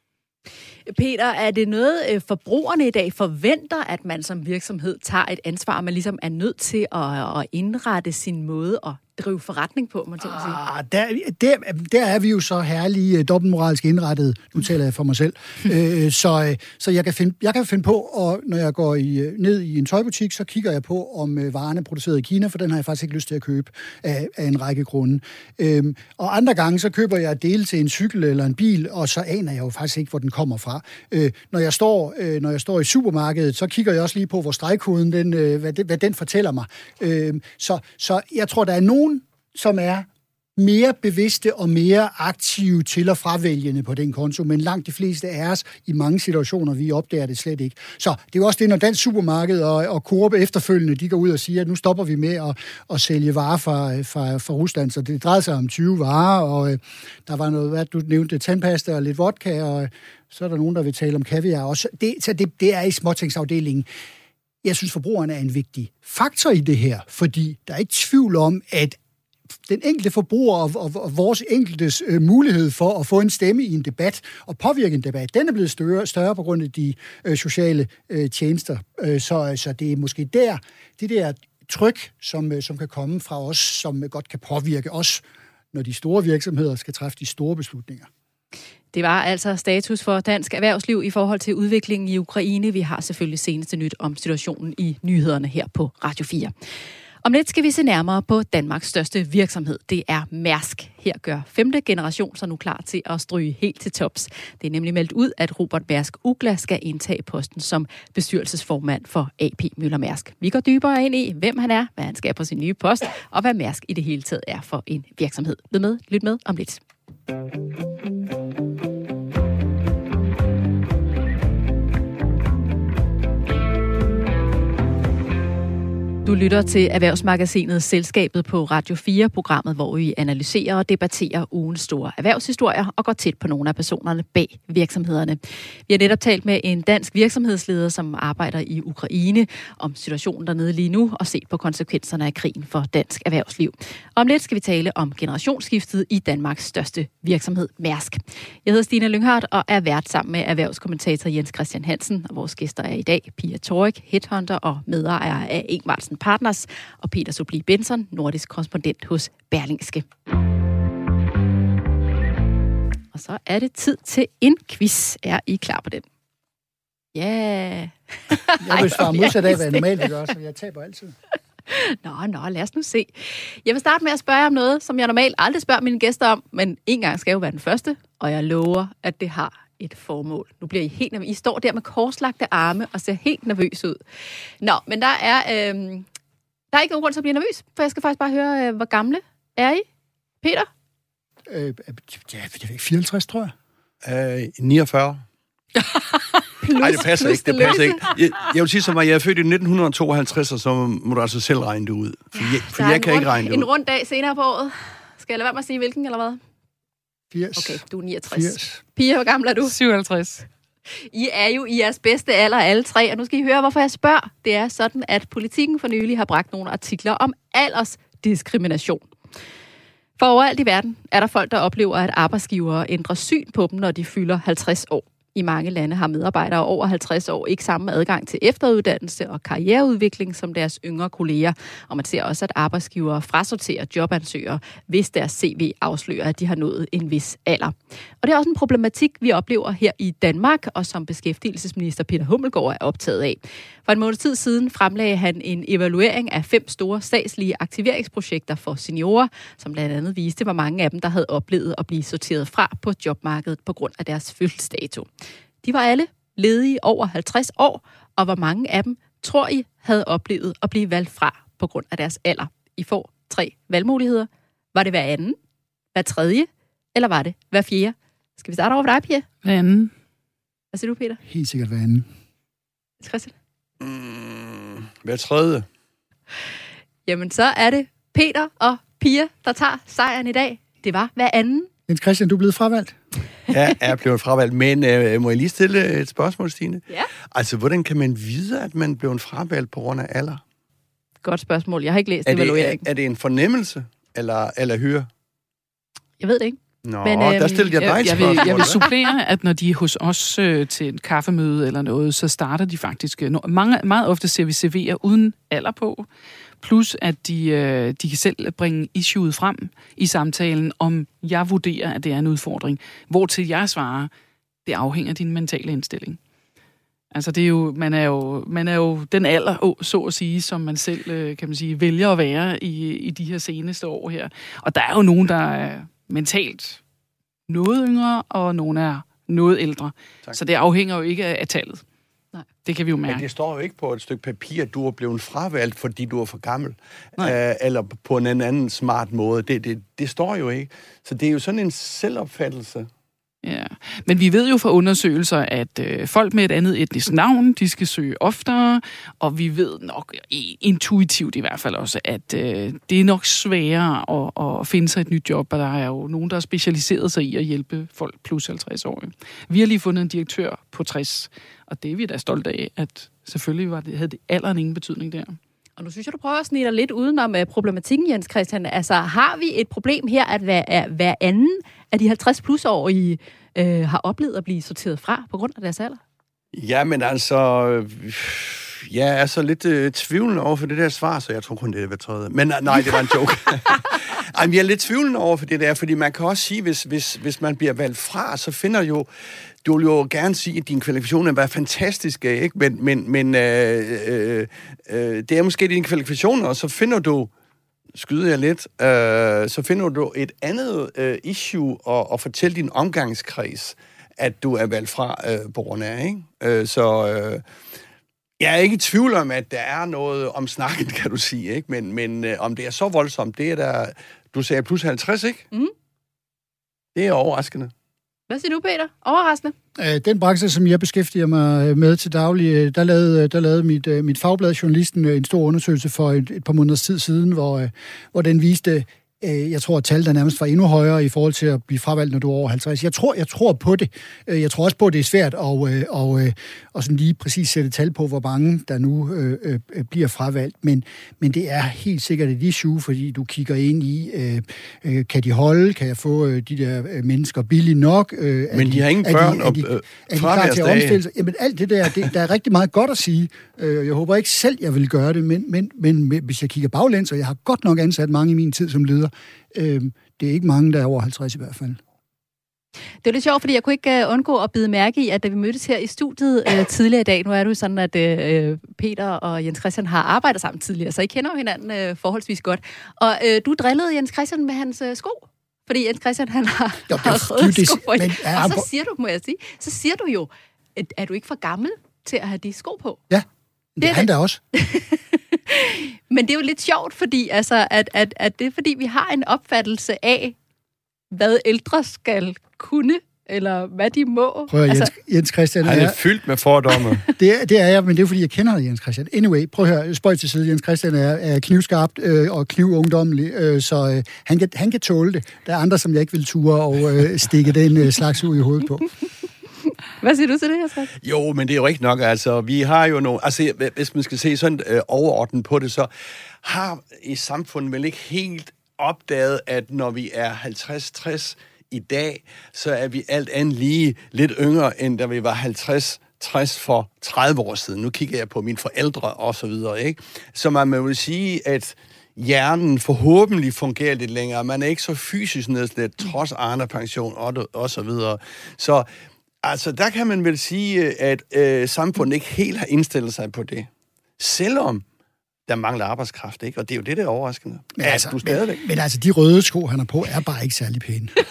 Peter, er det noget, forbrugerne i dag forventer, at man som virksomhed tager et ansvar, og man ligesom er nødt til at, at indrette sin måde at drive forretning på, man tænker sige? Ah, der, der, der er vi jo så herlige dobbeltmoralsk indrettet. Nu taler jeg for mig selv. øh, så så jeg, kan finde, jeg kan finde på, og når jeg går i, ned i en tøjbutik, så kigger jeg på, om varerne er produceret i Kina, for den har jeg faktisk ikke lyst til at købe af, af en række grunde. Øhm, og andre gange, så køber jeg dele til en cykel eller en bil, og så aner jeg jo faktisk ikke, hvor den kommer fra. Øh, når, jeg står, øh, når jeg står i supermarkedet, så kigger jeg også lige på, hvor stregkoden, den, øh, hvad, det, hvad den fortæller mig. Øh, så, så jeg tror, der er nogen, som er mere bevidste og mere aktive til at fravælgende på den konto, men langt de fleste af os i mange situationer, vi opdager det slet ikke. Så det er jo også det, når Dansk Supermarked og, og Coop efterfølgende, de går ud og siger, at nu stopper vi med at, at sælge varer fra, fra, fra Rusland. Så det drejede sig om tyve varer, og øh, der var noget, hvad du nævnte, tandpasta og lidt vodka, og øh, så er der nogen, der vil tale om kaviar også. Det, så det, det er i småtingsafdelingen. Jeg synes, forbrugerne er en vigtig faktor i det her, fordi der er ikke tvivl om, at den enkelte forbruger og, og, og vores enkeltes øh, mulighed for at få en stemme i en debat og påvirke en debat, den er blevet større, større på grund af de øh, sociale øh, tjenester. Øh, så, så det er måske der, det der tryk, som, øh, som kan komme fra os, som godt kan påvirke os, når de store virksomheder skal træffe de store beslutninger. Det var altså status for dansk erhvervsliv i forhold til udviklingen i Ukraine. Vi har selvfølgelig seneste nyt om situationen i nyhederne her på Radio fire. Om lidt skal vi se nærmere på Danmarks største virksomhed. Det er Mærsk. Her gør femte generation sig nu klar til at stryge helt til tops. Det er nemlig meldt ud, at Robert Mærsk Uggla skal indtage posten som bestyrelsesformand for A P Møller Mærsk. Vi går dybere ind i, hvem han er, hvad han skal på sin nye post, og hvad Mærsk i det hele taget er for en virksomhed. Lyt med, lyt med om lidt. Du lytter til Erhvervsmagasinet Selskabet på Radio fire, programmet, hvor vi analyserer og debatterer ugens store erhvervshistorier og går tæt på nogle af personerne bag virksomhederne. Vi har netop talt med en dansk virksomhedsleder, som arbejder i Ukraine, om situationen dernede lige nu og set på konsekvenserne af krigen for dansk erhvervsliv. Om lidt skal vi tale om generationsskiftet i Danmarks største virksomhed, Mærsk. Jeg hedder Stine Lynghardt og er vært sammen med erhvervskommentator Jens Christian Hansen, og vores gæster er i dag Pia Torik, headhunter og medejer af Ingvartsen Partners, og Peter Sobli Benson, nordisk korrespondent hos Berlingske. Og så er det tid til en quiz. Er I klar på den? Ja. Yeah. Jeg vil svare modsat af, hvad jeg normalt gør, så jeg taber altid. Nå, nå, lad os nu se. Jeg vil starte med at spørge om noget, som jeg normalt aldrig spørger mine gæster om, men en gang skal jo være den første, og jeg lover, at det har et formål. Nu bliver I helt nervøse. I står der med korslagte arme og ser helt nervøs ud. Nå, men der er, øh, der er ikke nogen grund til at blive nervøs, for jeg skal faktisk bare høre, øh, hvor gamle er I? Peter? Øh, ja, det er fireoghalvtreds, tror jeg. Øh, niogfyrre. Nej, det passer ikke. Det passer ikke. Jeg, jeg vil sige, som at jeg er født i nitten tooghalvtreds, og så må du altså selv regne det ud. For jeg, for jeg kan rund, ikke regne det ud. En rund dag senere på året. Skal jeg lade være med at sige, hvilken eller hvad? firs. Okay, du er niogtres. firs. Pia, hvor gammel er du? syvoghalvtreds. I er jo i jeres bedste alder, alle tre, og nu skal I høre, hvorfor jeg spørger. Det er sådan, at Politikken for nylig har bragt nogle artikler om aldersdiskrimination. For overalt i verden er der folk, der oplever, at arbejdsgivere ændrer syn på dem, når de fylder halvtreds år. I mange lande har medarbejdere over halvtreds år ikke samme adgang til efteruddannelse og karriereudvikling som deres yngre kolleger. Og man ser også, at arbejdsgivere frasorterer jobansøgere, hvis deres C V afslører, at de har nået en vis alder. Og det er også en problematik, vi oplever her i Danmark, og som beskæftigelsesminister Peter Hummelgaard er optaget af. For en måneds tid siden fremlagde han en evaluering af fem store statslige aktiveringsprojekter for seniorer, som blandt andet viste, hvor mange af dem, der havde oplevet at blive sorteret fra på jobmarkedet på grund af deres fødselsdato. De var alle ledige over halvtreds år, og hvor mange af dem tror I havde oplevet at blive valgt fra på grund af deres alder? I får tre valgmuligheder. Var det hver anden, hver tredje, eller var det hver fjerde? Skal vi starte over for dig, Pia? Hver anden. Hvad siger du, Peter? Helt sikkert hver anden. Christian? Mm, hver tredje. Jamen, så er det Peter og Pia, der tager sejren i dag. Det var hver anden. Jens Christian, du er blevet fravalgt. Ja, jeg er blevet fravalgt, men øh, må jeg lige stille et spørgsmål, Stine? Ja. Altså, hvordan kan man vide, at man blev fravalgt på grund af alder? Godt spørgsmål. Jeg har ikke læst Er det, er, evalueringen. er det en fornemmelse, eller, eller hyre? Jeg ved det ikke. Nå, Men, der øhm, stillede jeg dig Jeg, et jeg, vil, spørgsmål. jeg vil hva'? supplere, at når de er hos os øh, til et kaffemøde eller noget, så starter de faktisk... Øh, mange, meget ofte ser vi C V'er uden alder på, plus at de, øh, de kan selv bringe issueet frem i samtalen, om jeg vurderer, at det er en udfordring. Hvortil jeg svarer, det afhænger af din mentale indstilling. Altså det er jo, man er jo, man er jo den alder, så at sige, som man selv, øh, kan man sige, vælger at være i, i de her seneste år her. Og der er jo nogen, der er mentalt noget yngre, og nogen er noget ældre. Tak. Så det afhænger jo ikke af, af tallet. Nej. Det kan vi jo mærke. Men det står jo ikke på et stykke papir, at du er blevet fravalgt, fordi du er for gammel. Nej. Øh, eller på en anden smart måde. Det, det, det står jo ikke. Så det er jo sådan en selvopfattelse. Ja, men vi ved jo fra undersøgelser, at øh, folk med et andet etnisk navn, de skal søge oftere, og vi ved nok intuitivt i hvert fald også, at øh, det er nok sværere at, at finde sig et nyt job, og der er jo nogen, der har specialiseret sig i at hjælpe folk plus halvtreds år. Vi har lige fundet en direktør på tres, og det er vi da stolte af, at selvfølgelig var det, havde det alderen ingen betydning der. Og nu synes jeg, du prøver at snige dig lidt udenom uh, problematikken, Jens Christian. Altså, har vi et problem her, at hver, at hver anden af de halvtreds plus-årige uh, har oplevet at blive sorteret fra på grund af deres alder? Ja, men altså... Jeg er så lidt øh, tvivlende over for det der svar, så jeg tror kun, det er hver tredje. Men nej, det var en joke. Jamen, jeg er lidt tvivlende over for det der, fordi man kan også sige, hvis, hvis, hvis man bliver valgt fra, så finder jo, du vil jo gerne sige, at dine kvalifikationer var fantastiske, ikke? Men, men, men øh, øh, øh, det er måske dine kvalifikationer, og så finder du, skyder jeg lidt, øh, så finder du et andet øh, issue at, at fortælle din omgangskreds, at du er valgt fra øh, på grund af, ikke? Øh, så øh, jeg er ikke i tvivl om, at der er noget om snakken, kan du sige, ikke? Men, men øh, om det er så voldsomt, det er der, du sagde plus halvtreds, ikke? Mm. Det er overraskende. Hvad siger du, Peter? Overraskende? Den branche, som jeg beskæftiger mig med til daglig, der lavede, der lavede mit, mit fagblad Journalisten en stor undersøgelse for et, et par måneders tid siden, hvor, hvor den viste, jeg tror, at tallet der nærmest var endnu højere i forhold til at blive fravalgt, når du er over halvtreds. Jeg tror, jeg tror på det. Jeg tror også på, at det er svært at, og, og sådan lige præcis sætte tal på, hvor mange der nu øh, bliver fravalgt. Men, men det er helt sikkert et issue, fordi du kigger ind i, øh, kan de holde? Kan jeg få øh, de der mennesker billigt nok? Øh, men de, de har ingen børn og fraværsdage. Jamen alt det der, det, der er rigtig meget godt at sige. Jeg håber ikke selv, jeg vil gøre det, men, men, men hvis jeg kigger baglæns, og jeg har godt nok ansat mange i min tid som leder, øh, det er ikke mange, der er over halvtreds i hvert fald. Det er lidt sjovt, fordi jeg kunne ikke uh, undgå at bide mærke i, at da vi mødtes her i studiet uh, tidligere i dag, nu er det jo sådan, at uh, Peter og Jens Christian har arbejdet sammen tidligere, så I kender jo hinanden uh, forholdsvis godt. Og uh, du drillede Jens Christian med hans uh, sko, fordi Jens Christian han har, jo, har røde sko på. Men, ja, og så siger du, må jeg sige, så siger du jo, er du ikke for gammel til at have de sko på? Ja, det, det er han da også. Men det er jo lidt sjovt, fordi altså, at, at, at det er fordi, vi har en opfattelse af, hvad ældre skal kunne, eller hvad de må. Prøv at Jens, altså, Jens Christian han er, er fyldt med fordomme. det, det er jeg, men det er fordi, jeg kender dig, Jens Christian. Anyway, prøv at høre, spøj til side. Jens Christian er, er knivskarpt øh, og knivungdommelig, øh, så øh, han, kan, han kan tåle det. Der er andre, som jeg ikke vil ture og øh, stikke den øh, slags ud i hovedet på. Hvad siger du til det, Jens? Jo, men det er jo ikke nok. Altså, vi har jo nogle... Altså, hvis man skal se sådan øh, overordnet på det, så har i samfundet vel ikke helt opdaget, at når vi er halvtreds tres i dag, så er vi alt andet lige lidt yngre, end da vi var halvtreds tres for tredive år siden. Nu kigger jeg på mine forældre og så videre, ikke? Så man må jo sige, at hjernen forhåbentlig fungerer lidt længere. Man er ikke så fysisk nedslidt, trods Arne-pension og, og så videre. Så altså, der kan man vel sige, at øh, samfundet ikke helt har indstillet sig på det. Selvom der mangler arbejdskraft, ikke? Og det er jo det, der er overraskende. Men altså, du men, men altså, de røde sko, han har på, er bare ikke særlig pæne. men,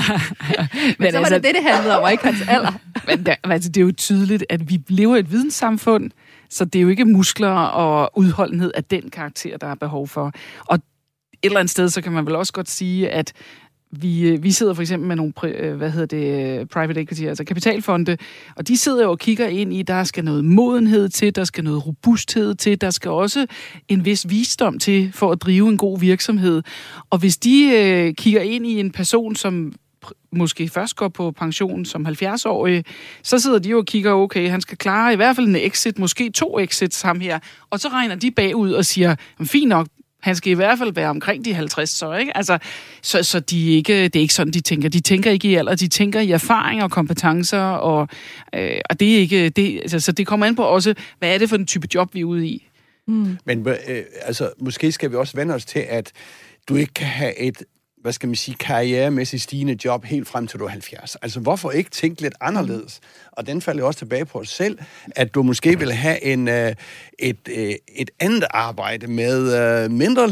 men så var altså, det det, det handlede om, og ikke hans alder. men der, altså, det er jo tydeligt, at vi lever i et videnssamfund, så det er jo ikke muskler og udholdenhed af den karakter, der er behov for. Og et eller andet sted, så kan man vel også godt sige, at Vi, vi sidder for eksempel med nogle, hvad hedder det, private equity, altså kapitalfonde, og de sidder jo og kigger ind i, der skal noget modenhed til, der skal noget robusthed til, der skal også en vis visdom til for at drive en god virksomhed. Og hvis de øh, kigger ind i en person, som måske først går på pension som halvfjerds-årig, så sidder de jo og kigger, okay, han skal klare i hvert fald en exit, måske to exits ham her, og så regner de bagud og siger, fint nok, han skal i hvert fald være omkring de halvtreds, så ikke? Altså, så, så de ikke, det er ikke sådan, de tænker. De tænker ikke i alder, de tænker i erfaring og kompetencer, og, øh, og det er ikke, det, altså, så det kommer an på også, hvad er det for en type job, vi er ude i. Mm. Men øh, altså, måske skal vi også vende os til, at du ikke kan have et, hvad skal man sige, karrieremæssigt stigende job helt frem til du er halvfjerds. Altså, hvorfor ikke tænke lidt anderledes? Og den falder også tilbage på os selv, at du måske vil have en, øh, et, øh, et andet arbejde med øh, mindre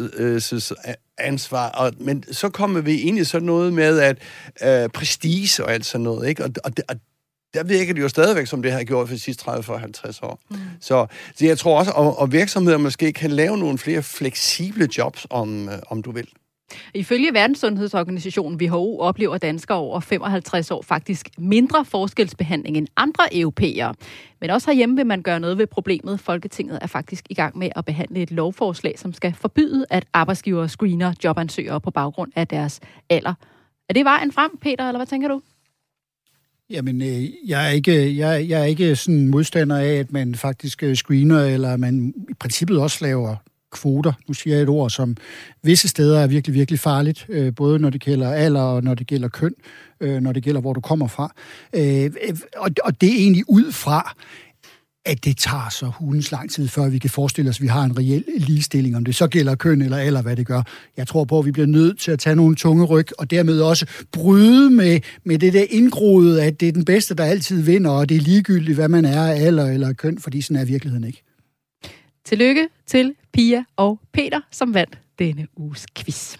ledelsesansvar, og, men så kommer vi ind i sådan noget med at øh, prestige og alt sådan noget, ikke? Og, og, og der virker det jo stadigvæk, som det har gjort for de sidste tredive til halvtreds år. Mm. Så, så jeg tror også, og, og virksomheder måske kan lave nogle flere fleksible jobs, om, øh, om du vil. Ifølge Verdenssundhedsorganisationen W H O oplever danskere over femoghalvtreds år faktisk mindre forskelsbehandling end andre europæere. Men også herhjemme vil man gøre noget ved problemet. Folketinget er faktisk i gang med at behandle et lovforslag, som skal forbyde, at arbejdsgivere screener jobansøgere på baggrund af deres alder. Er det vejen frem, Peter, eller hvad tænker du? Jamen, jeg er ikke, jeg, jeg er ikke sådan modstander af, at man faktisk screener, eller man i princippet også laver kvoter. Nu siger jeg et ord, som visse steder er virkelig, virkelig farligt, øh, både når det gælder alder og når det gælder køn, øh, når det gælder, hvor du kommer fra. Øh, og, og det er egentlig ud fra, at det tager så hundens lang tid, før vi kan forestille os, at vi har en reel ligestilling, om det så gælder køn eller, eller hvad det gør. Jeg tror på, at vi bliver nødt til at tage nogle tunge ryg, og dermed også bryde med, med det der indgroede, at det er den bedste, der altid vinder, og det er ligegyldigt, hvad man er af alder eller køn, fordi sådan er virkeligheden ikke. Tillykke til Pia og Peter, som vandt denne uges quiz.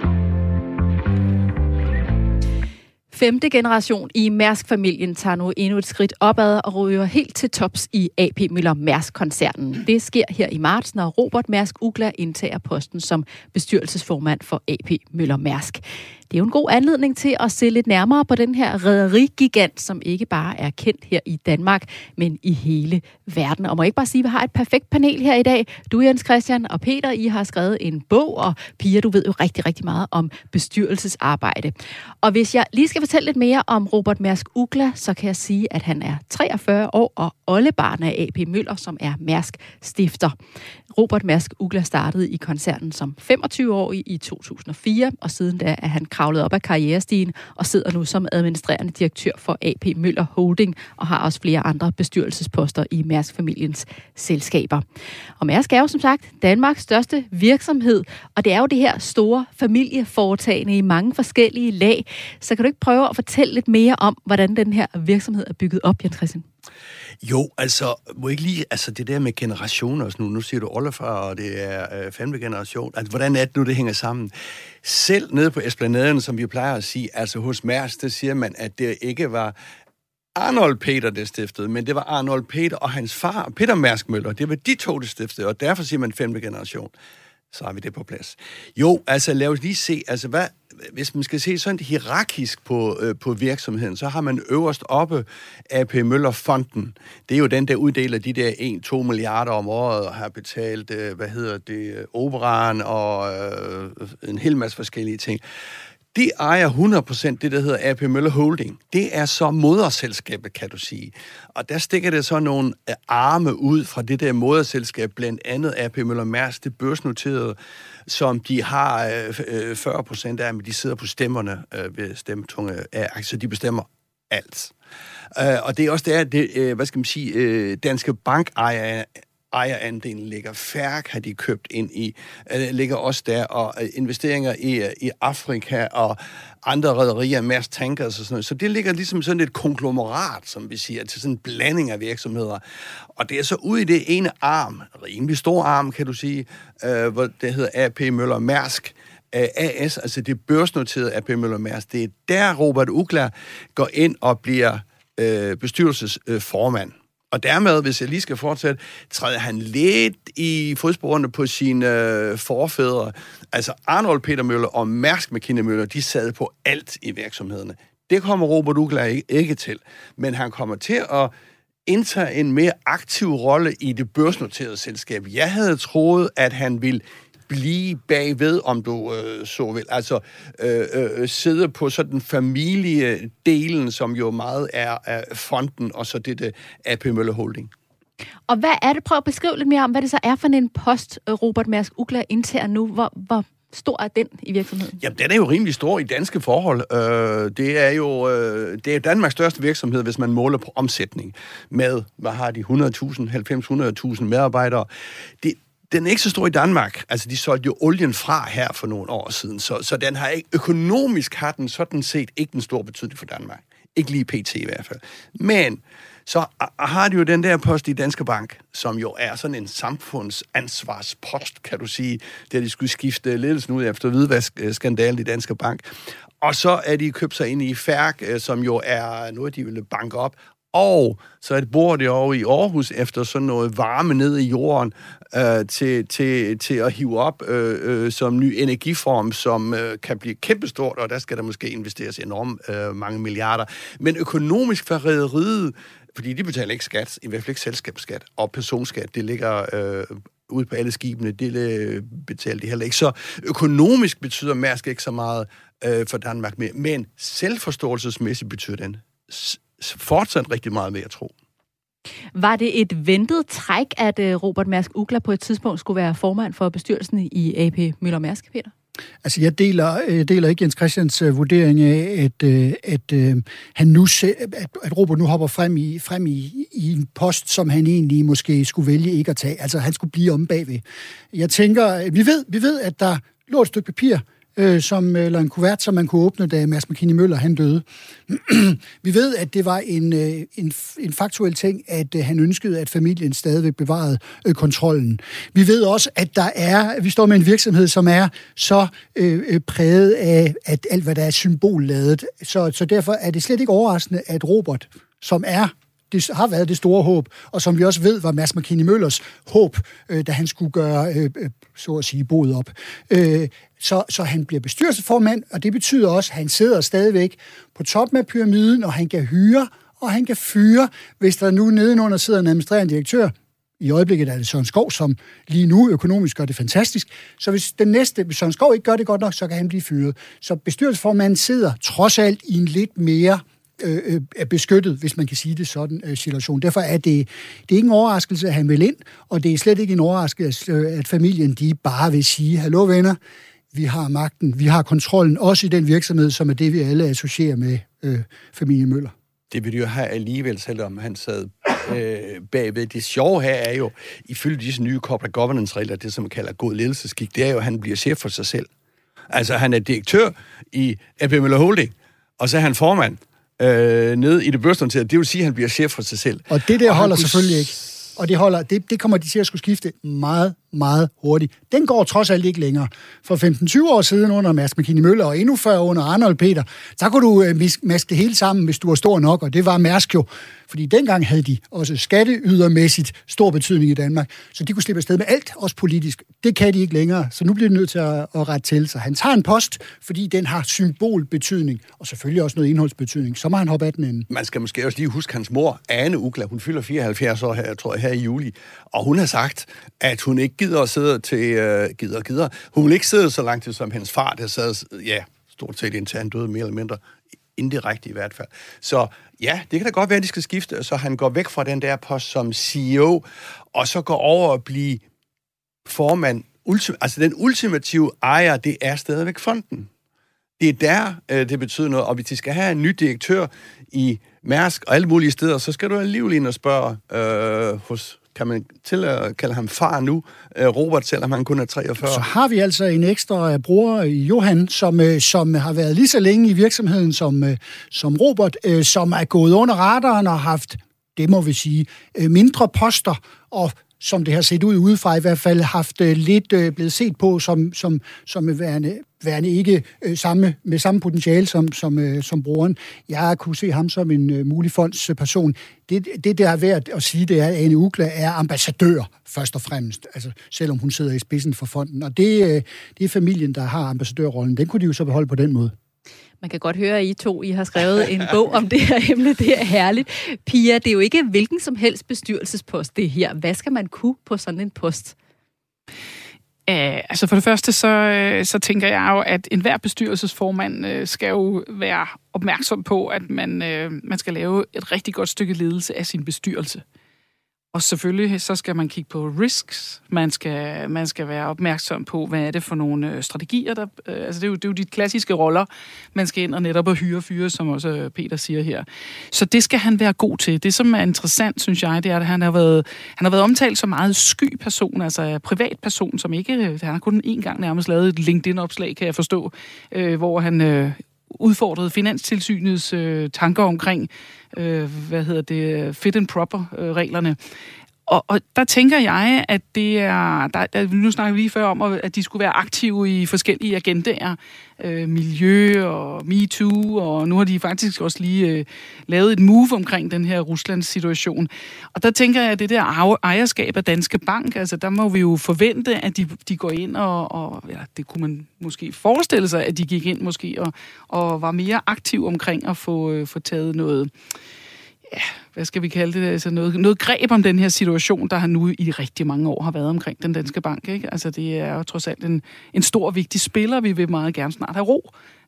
Femte generation i Mærsk-familien tager nu endnu et skridt opad og ryger helt til tops i A P Møller Mærsk-koncernen. Det sker her i marts, når Robert Mærsk Uggla indtager posten som bestyrelsesformand for A P Møller Mærsk. Det er jo en god anledning til at se lidt nærmere på den her rederigigant, som ikke bare er kendt her i Danmark, men i hele verden. Og må jeg ikke bare sige, at vi har et perfekt panel her i dag. Du, Jens Christian, og Peter, I har skrevet en bog, og Pia, du ved jo rigtig, rigtig meget om bestyrelsesarbejde. Og hvis jeg lige skal fortælle lidt mere om Robert Mærsk Uggla, så kan jeg sige, at han er treogfyrre år og oldebarn af A P Møller, som er Mærsk stifter. Robert Mærsk Uggla startede i koncernen som femogtyve-årig i to tusind og fire, og siden da er han kravlet op ad karrierestigen og sidder nu som administrerende direktør for A P Møller Holding og har også flere andre bestyrelsesposter i Mærsk-familiens selskaber. Og Mærsk er jo som sagt Danmarks største virksomhed, og det er jo det her store familieforetagende i mange forskellige lag. Så kan du ikke prøve at fortælle lidt mere om, hvordan den her virksomhed er bygget op, Jens Christian? Jo, altså, må ikke lige, altså det der med generationer og sådan nu, nu siger du oldefar, og det er øh, femte generation, altså hvordan er det nu, det hænger sammen? Selv nede på Esplanaden, som vi plejer at sige, altså hos Mærsk, der siger man, at det ikke var Arnold Peter, der stiftede, men det var Arnold Peter og hans far, Peter Mærsk Møller, det var de to, der stiftede, og derfor siger man femte generation. Så har vi det på plads. Jo, altså lad os lige se, altså hvad, hvis man skal se sådan hierarkisk på, øh, på virksomheden, så har man øverst oppe A P Møller Fonden. Det er jo den, der uddeler de der en til to milliarder om året og har betalt, øh, hvad hedder det, Operaen og øh, en hel masse forskellige ting. De ejer hundrede procent det, der hedder A P Møller Holding. Det er så moderselskabet, kan du sige. Og der stikker det så nogle arme ud fra det der moderselskab, blandt andet A P Møller Mærsk, det børsnoterede, som de har øh, fyrre procent af, men de sidder på stemmerne øh, ved stemmetunge af aktier. De bestemmer alt. Øh, og det er også der, det, øh, hvad skal man sige, øh, Danske Bank ejer ejerandelen ligger. Færk har de købt ind i, øh, ligger også der, og øh, investeringer i, i Afrika og andre rederier, Mærsk Tankers og sådan noget. Så det ligger ligesom sådan et konglomerat, som vi siger, til sådan en blanding af virksomheder. Og det er så ude i det ene arm, rimelig stor arm, kan du sige, øh, hvor det hedder A P Møller Mærsk, A S, altså det børsnoterede A P Møller Mærsk. Det er der, Robert Uggla går ind og bliver øh, bestyrelsesformand. Øh, Og dermed, hvis jeg lige skal fortsætte, træder han lidt i fodsporene på sine øh, forfædre. Altså Arnold Peter Møller og Mærsk Mc-Kinney Møller, de sad på alt i virksomhederne. Det kommer Robert Uggla ikke, ikke til. Men han kommer til at indtage en mere aktiv rolle i det børsnoterede selskab. Jeg havde troet, at han ville blive bagved, om du øh, så vil. Altså øh, øh, sidde på sådan familiedelen, som jo meget er af fonden, og så det der A P Møller Holding. Og hvad er det? Prøv at beskrive lidt mere om, hvad det så er for en post, Robert Mærsk Uggla indtager nu. Hvor, hvor stor er den i virksomheden? Jamen, den er jo rimelig stor i danske forhold. Øh, det er jo øh, det er Danmarks største virksomhed, hvis man måler på omsætning. Med, hvad har de, hundrede tusind, halvfems til hundrede tusind medarbejdere. Det Den er ikke så stor i Danmark. Altså, de solgte jo olien fra her for nogle år siden, så, så den har ikke, økonomisk har den sådan set ikke den store betydning for Danmark. Ikke lige P T i hvert fald. Men så har de jo den der post i Danske Bank, som jo er sådan en samfundsansvarspost, kan du sige, der de skulle skifte ledelsen ud efter hvidvaskskandalen i Danske Bank. Og så er de købt sig ind i Færk, som jo er noget, de ville banke op. Og så bor det over i Aarhus efter sådan noget varme ned i jorden øh, til, til, til at hive op øh, øh, som ny energiform, som øh, kan blive kæmpestort, og der skal der måske investeres enormt øh, mange milliarder. Men økonomisk for rederiet, fordi de betaler ikke skat, i hvert fald ikke selskabsskat og personskat, det ligger øh, ude på alle skibene, det betaler de heller ikke. Så økonomisk betyder Mærsk ikke så meget øh, for Danmark mere, men selvforståelsesmæssigt betyder den fortsat rigtig meget mere at tro. Var det et ventet træk, at Robert Mærsk Uggla på et tidspunkt skulle være formand for bestyrelsen i A P Møller Mærsk, Peter? Altså, jeg deler, jeg deler ikke Jens Christians uh, vurdering af, at, uh, at, uh, han nu se, at, at Robert nu hopper frem, i, frem i, i en post, som han egentlig måske skulle vælge ikke at tage. Altså, han skulle blive om bagved. Jeg tænker, vi ved, vi ved at der lå et stykke papir, øh, som, eller en kuvert, som man kunne åbne, da Mads McKinney Møller han døde. Vi ved, at det var en, en, en faktuel ting, at han ønskede, at familien stadigvæk bevarede øh, kontrollen. Vi ved også, at der er, vi står med en virksomhed, som er så øh, præget af at alt, hvad der er symbolladet. Så, så derfor er det slet ikke overraskende, at Robert, som er det har været det store håb, og som vi også ved, var Mads McKinney Møllers håb, øh, da han skulle gøre, øh, så at sige, boet op. Øh, så, så han bliver bestyrelsesformand, og det betyder også, at han sidder stadigvæk på toppen af pyramiden, og han kan hyre, og han kan fyre, hvis der nu nedenunder sidder en administrerende direktør. I øjeblikket er det Søren Skov, som lige nu økonomisk gør det fantastisk. Så hvis den næste, hvis Søren Skov ikke gør det godt nok, så kan han blive fyret. Så bestyrelsesformanden sidder trods alt i en lidt mere øh, er beskyttet, hvis man kan sige det sådan, øh, situation. Derfor er det, det er ikke en overraskelse, at han vil ind, og det er slet ikke en overraskelse, at familien de bare vil sige, hallo venner, vi har magten, vi har kontrollen, også i den virksomhed, som er det, vi alle associerer med øh, familien Møller. Det vil de jo have alligevel, selvom han sad øh, bagved. Det sjove her er jo, ifølge disse nye corporate governance-regler, det som man kalder god ledelseskik, det er jo, at han bliver chef for sig selv. Altså, han er direktør i A P Møller Holding, og så er han formand øh, nede i det børsnoterede. Det vil sige, at han bliver chef for sig selv. Og det der og holder kunne... selvfølgelig ikke. Og det, holder, det, det kommer de til at skulle skifte meget, meget hurtigt. Den går trods alt ikke længere. For femten til tyve år siden under Mads McKinney Møller, og endnu før under Arnold Peter, så kunne du øh, maske det hele sammen, hvis du var stor nok, og det var Mærsk jo. Fordi dengang havde de også skatteydermæssigt stor betydning i Danmark, så de kunne slippe afsted med alt, også politisk. Det kan de ikke længere, så nu bliver de nødt til at, at rette til sig. Han tager en post, fordi den har symbolbetydning, og selvfølgelig også noget indholdsbetydning. Så må han hoppe af den anden. Man skal måske også lige huske hans mor, Ane Ugla. Hun fylder fireoghalvfjerds år her, jeg tror, her i juli. Og hun har sagt, at hun ikke gider at sidde til, uh, gider og gider. Hun vil ikke sidde så langt til, som hendes far, der sad, ja, stort set indtil han døde, mere eller mindre. Indirekte i hvert fald. Så ja, det kan da godt være, at de skal skifte, så han går væk fra den der post som C E O, og så går over at blive formand. Ultim- altså den ultimative ejer, det er stadigvæk fonden. Det er der, øh, det betyder noget, og hvis de skal have en ny direktør i Mærsk og alle mulige steder, så skal du alligevel ind og spørge øh, hos, kan man til at kalde ham far nu, øh, Robert, selvom han kun er treogfyrre. Så har vi altså en ekstra bror, Johan, som, øh, som har været lige så længe i virksomheden som, øh, som Robert, øh, som er gået under radaren og haft, det må vi sige, øh, mindre poster, og som det har set ud udefra, i hvert fald haft øh, lidt øh, blevet set på som, som, som værende, værende ikke øh, samme, med samme potentiale som, som, øh, som broren. Jeg kunne se ham som en øh, mulig fondsperson. Det, det, der er værd at sige, det er, at Ane Ugla er ambassadør, først og fremmest, altså, selvom hun sidder i spidsen for fonden. Og det, øh, det er familien, der har ambassadørrollen. Den kunne de jo så beholde på den måde. Man kan godt høre, at I to I har skrevet en bog om det her emne. Det er herligt. Pia, det er jo ikke hvilken som helst bestyrelsespost, det her. Hvad skal man kunne på sådan en post? Æh, altså for det første, så, så tænker jeg jo, at enhver bestyrelsesformand øh, skal jo være opmærksom på, at man, øh, man skal lave et rigtig godt stykke ledelse af sin bestyrelse. Og selvfølgelig så skal man kigge på risks. Man skal, man skal være opmærksom på, hvad er det for nogle strategier. Der, øh, altså det er, jo, det er jo de klassiske roller, man skal ind og netop at hyre fyre, som også Peter siger her. Så det skal han være god til. Det, som er interessant, synes jeg, det er, at han har været, han har været omtalt som meget sky person, altså privatperson, som ikke... Han har kun én gang nærmest lavet et LinkedIn-opslag, kan jeg forstå, øh, hvor han... Øh, udfordrede Finanstilsynets øh, tanker omkring, øh, hvad hedder det, fit and proper-reglerne. Og, og der tænker jeg, at det er... Der, nu snakker vi lige før om, at de skulle være aktive i forskellige agendaer. Øh, miljø og MeToo, og nu har de faktisk også lige øh, lavet et move omkring den her Ruslands situation. Og der tænker jeg, at det der ejerskab af Danske Bank, altså der må vi jo forvente, at de, de går ind og... og ja, det kunne man måske forestille sig, at de gik ind måske og, og var mere aktive omkring at få, øh, få taget noget... Ja, hvad skal vi kalde det, altså noget, noget greb om den her situation, der har nu i rigtig mange år har været omkring den Danske Bank, ikke? Altså det er jo trods alt en, en stor, vigtig spiller, vi vil meget gerne snart have ro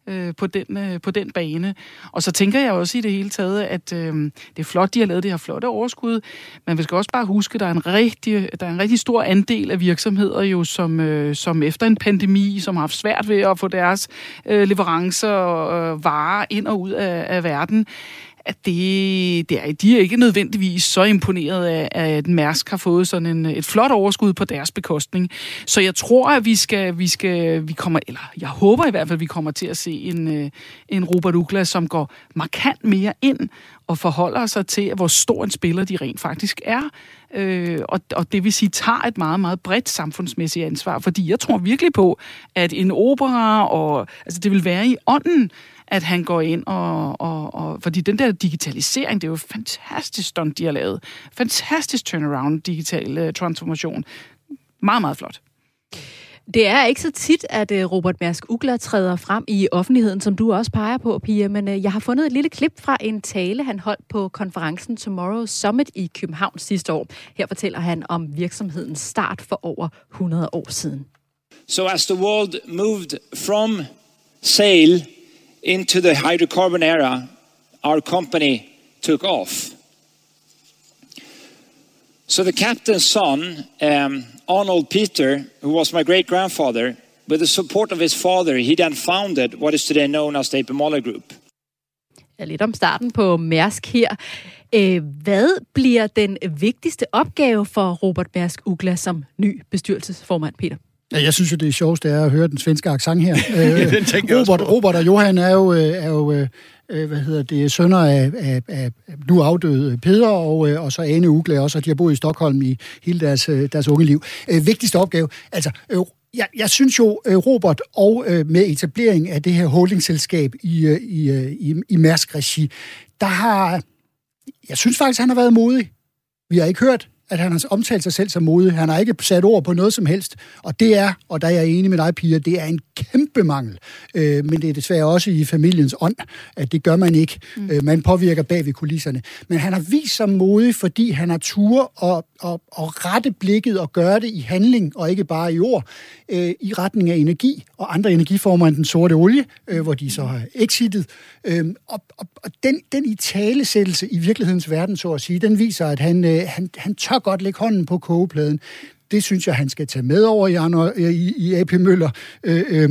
øh, på, den, øh, på den bane. Og så tænker jeg også i det hele taget, at øh, det er flot, de har lavet det her flotte overskud, men vi skal også bare huske, at der er en rigtig, der er en rigtig stor andel af virksomheder, jo, som, øh, som efter en pandemi, som har haft svært ved at få deres øh, leverancer og øh, varer ind og ud af, af verden, at det, det er, de er ikke nødvendigvis så imponeret af, at Mærsk har fået sådan en, et flot overskud på deres bekostning. Så jeg tror, at vi skal, vi skal, vi kommer, eller jeg håber i hvert fald, at vi kommer til at se en, en Robert Uggla, som går markant mere ind og forholder sig til, hvor stor en spiller de rent faktisk er. Øh, og, og det vil sige, tager et meget, meget bredt samfundsmæssigt ansvar. Fordi jeg tror virkelig på, at en opera, og altså det vil være i ånden, at han går ind og, og, og... Fordi den der digitalisering, det er jo fantastisk stunt, de har lavet. Fantastisk turnaround, digital uh, transformation. Meget, meget flot. Det er ikke så tit, at Robert Mærsk Uggla træder frem i offentligheden, som du også peger på, Pia, men jeg har fundet et lille klip fra en tale, han holdt på konferencen Tomorrow Summit i København sidste år. Her fortæller han om virksomhedens start for over hundrede år siden. So as the world moved from sail into the hydrocarbon era, our company took off. So the captain's son, um, Arnold Peter, who was my great-grandfather, with the support of his father, he then founded what is today known as the A P Moller Group. Ja, lidt om starten på Mærsk her. Hvad bliver den vigtigste opgave for Robert Mærsk Uggla som ny bestyrelsesformand, Peter? Ja, jeg synes jo, det er sjovt, det er at høre den svenske accent her. Ja, Robert, Robert og Johan er jo, er jo øh, hvad hedder det, sønner af, af, af nu afdøde Peder og, og så Ane Uggla også, og de har boet i Stockholm i hele deres, deres unge liv. Øh, vigtigste opgave, altså... Øh, Jeg, jeg synes jo, Robert, og øh, med etablering af det her holdingselskab i, i, i, i Mærsk-regi, der har... Jeg synes faktisk, han har været modig. Vi har ikke hørt, at han har omtalt sig selv som modig. Han har ikke sat ord på noget som helst. Og det er, og der er jeg enig med dig, Pia, det er en kæmpe mangel. Øh, men det er desværre også i familiens ånd, at det gør man ikke. Mm. Øh, man påvirker bag ved kulisserne. Men han har vist sig modig, fordi han har tur og, og, og rette blikket og gøre det i handling, og ikke bare i ord, øh, i retning af energi og andre energiformer end den sorte olie, øh, hvor de så har exitet. Øh, og og, og den, den italesættelse i virkelighedens verden, så at sige, den viser, at han, øh, han, han tør godt lægge hånden på kogepladen. Det synes jeg, han skal tage med over i, Arno, i, i A P Møller. Øh, øh,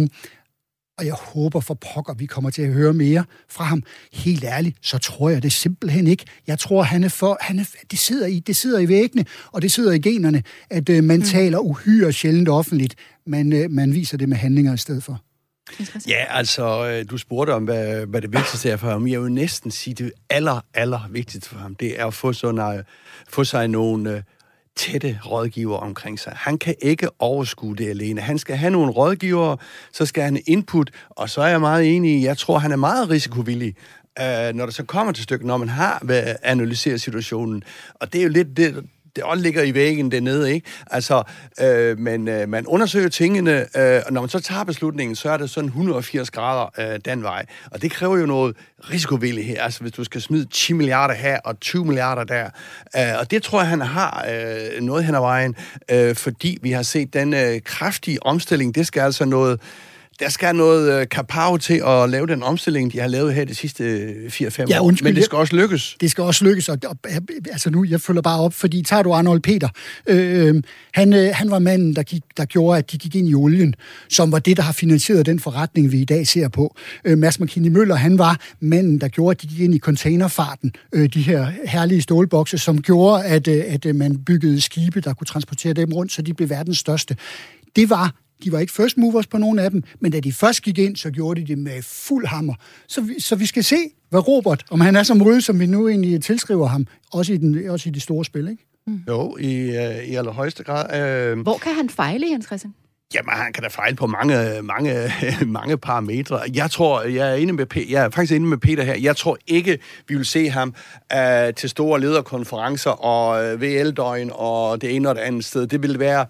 og jeg håber for pokker, vi kommer til at høre mere fra ham. Helt ærligt, så tror jeg det simpelthen ikke. Jeg tror, han er for, han er, det, sidder i, det sidder i væggene, og det sidder i generne, at øh, man mm. taler uhyre sjældent offentligt. Man, øh, man viser det med handlinger i stedet for. Ja, altså, du spurgte om, hvad, hvad det vigtigste er for ham. Jeg vil næsten sige, det aller, aller vigtigste for ham, det er at få, sådan, få sig nogle uh, tætte rådgivere omkring sig. Han kan ikke overskue det alene. Han skal have nogle rådgivere, så skal han input, og så er jeg meget enig i, jeg tror, han er meget risikovillig, uh, når det så kommer til stykket, når man har analyseret situationen. Og det er jo lidt det, det også ligger i væggen dernede, ikke? Altså, øh, men øh, man undersøger tingene, øh, og når man så tager beslutningen, så er det sådan et hundrede og firs grader øh, den vej. Og det kræver jo noget risikovillighed her. Altså, hvis du skal smide ti milliarder her og tyve milliarder der. Øh, og det tror jeg, han har øh, noget hen ad vejen, øh, fordi vi har set den øh, kraftige omstilling. Det skal altså noget... Der skal noget øh, kapav til at lave den omstilling, de har lavet her de sidste fire fem ja, år. Undskyld, men det skal også lykkes. Det skal også lykkes, og, og altså nu, jeg følger bare op, fordi tager du Arnold Peter, øh, han, øh, han var manden, der, gik, der gjorde, at de gik ind i olien, som var det, der har finansieret den forretning, vi i dag ser på. Øh, Mads McKinney Møller, han var manden, der gjorde, at de gik ind i containerfarten, øh, de her herlige stålbokse, som gjorde, at, øh, at man byggede skibe, der kunne transportere dem rundt, så de blev verdens største. Det var De var ikke first movers på nogen af dem, men da de først gik ind, så gjorde de det med fuld hammer. Så vi, så vi skal se, hvad Robert, om han er så modig, som vi nu egentlig tilskriver ham, også i, den, også i det store spil, ikke? Mm. Jo, i, uh, i allerhøjeste grad. Uh... Hvor kan han fejle, Jens Christian? Jamen, han kan da fejle på mange, mange, mange parametre. Jeg tror, jeg er, inde med, jeg er faktisk inde med Peter her. Jeg tror ikke, vi vil se ham uh, til store lederkonferencer og uh, V L-døgn og det ene og det andet sted. Det vil være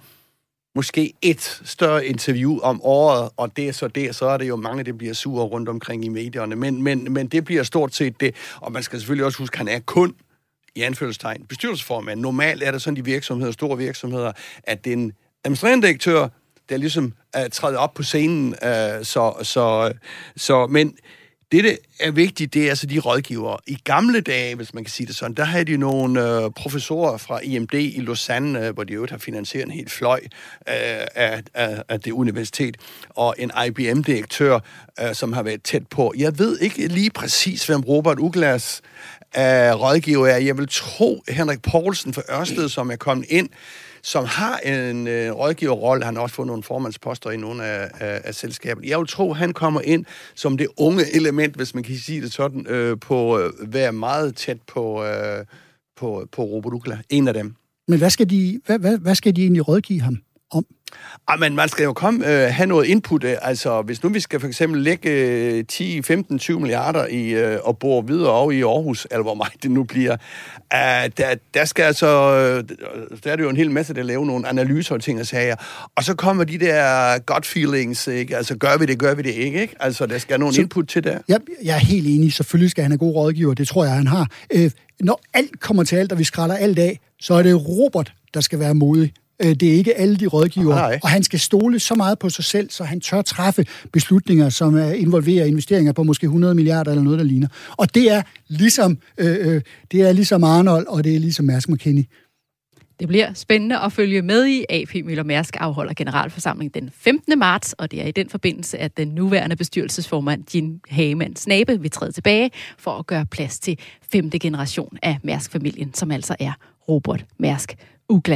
måske et større interview om året, og det er så det, så er det jo mange, der bliver sure rundt omkring i medierne. Men, men, men det bliver stort set det, og man skal selvfølgelig også huske, at han er kun, i anførselstegn, bestyrelsesformand. Normalt er det sådan, de virksomheder, store virksomheder, at den administrerende direktør, der ligesom uh, træder op på scenen. Uh, så, så, så, men det, der er vigtigt, det er altså de rådgivere. I gamle dage, hvis man kan sige det sådan, der havde de nogle uh, professorer fra I M D i Lausanne, uh, hvor de jo har finansieret en helt fløj uh, af, af, af det universitet, og en I B M-direktør, uh, som har været tæt på. Jeg ved ikke lige præcis, hvem Robert Uglas uh, rådgiver er. Jeg vil tro Henrik Poulsen fra Ørsted, som er kommet ind, som har en øh, rådgiverrolle. Han har også fået nogle formandsposter i nogle af, af, af selskaberne. Jeg vil tro, han kommer ind som det unge element, hvis man kan sige det sådan, øh, på at øh, være meget tæt på, øh, på, på Robert Ugla. En af dem. Men hvad skal de, hvad, hvad, hvad skal de egentlig rådgive ham om? Ah, men man skal jo komme, øh, have noget input. Øh, altså, hvis nu vi skal for eksempel lægge øh, ti, femten, tyve milliarder i, øh, og bore videre over i Aarhus, eller hvor meget det nu bliver, øh, der, der skal altså, øh, der er det jo en hel masse, der laver nogle analyser og ting og sager. Og så kommer de der gut feelings, ikke? Altså, gør vi det, gør vi det ikke, ikke? Altså, der skal nogle så, input til der. Jeg, jeg er helt enig. Selvfølgelig skal han have gode rådgiver. Det tror jeg, han har. Øh, når alt kommer til alt, og vi skræller alt af, så er det Robert, der skal være modig. Det er ikke alle de rådgivere, Nej. og han skal stole så meget på sig selv, så han tør træffe beslutninger, som involverer investeringer på måske hundrede milliarder eller noget, der ligner. Og det er ligesom, øh, det er ligesom Arnold, og det er ligesom Mærsk Mc-Kinney. Det bliver spændende at følge med i. A P Møller Mærsk afholder generalforsamling den femtende marts, og det er i den forbindelse, at den nuværende bestyrelsesformand Jim Hagemann Snabe vil træde tilbage for at gøre plads til femte generation af Mærsk-familien, som altså er Robert Mærsk Ugla.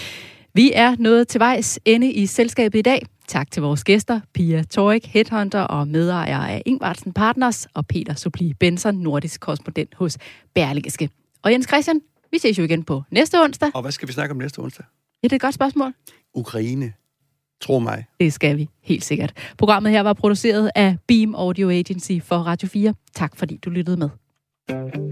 Vi er nået til vejs ende i selskabet i dag. Tak til vores gæster, Pia Torik, headhunter og medejer af Ingvartsen Partners, og Peter Supli Benson, nordisk korrespondent hos Berlingske. Og Jens Christian, vi ses jo igen på næste onsdag. Og hvad skal vi snakke om næste onsdag? Ja, det er et godt spørgsmål. Ukraine. Tro mig. Det skal vi, helt sikkert. Programmet her var produceret af Beam Audio Agency for Radio fire. Tak fordi du lyttede med.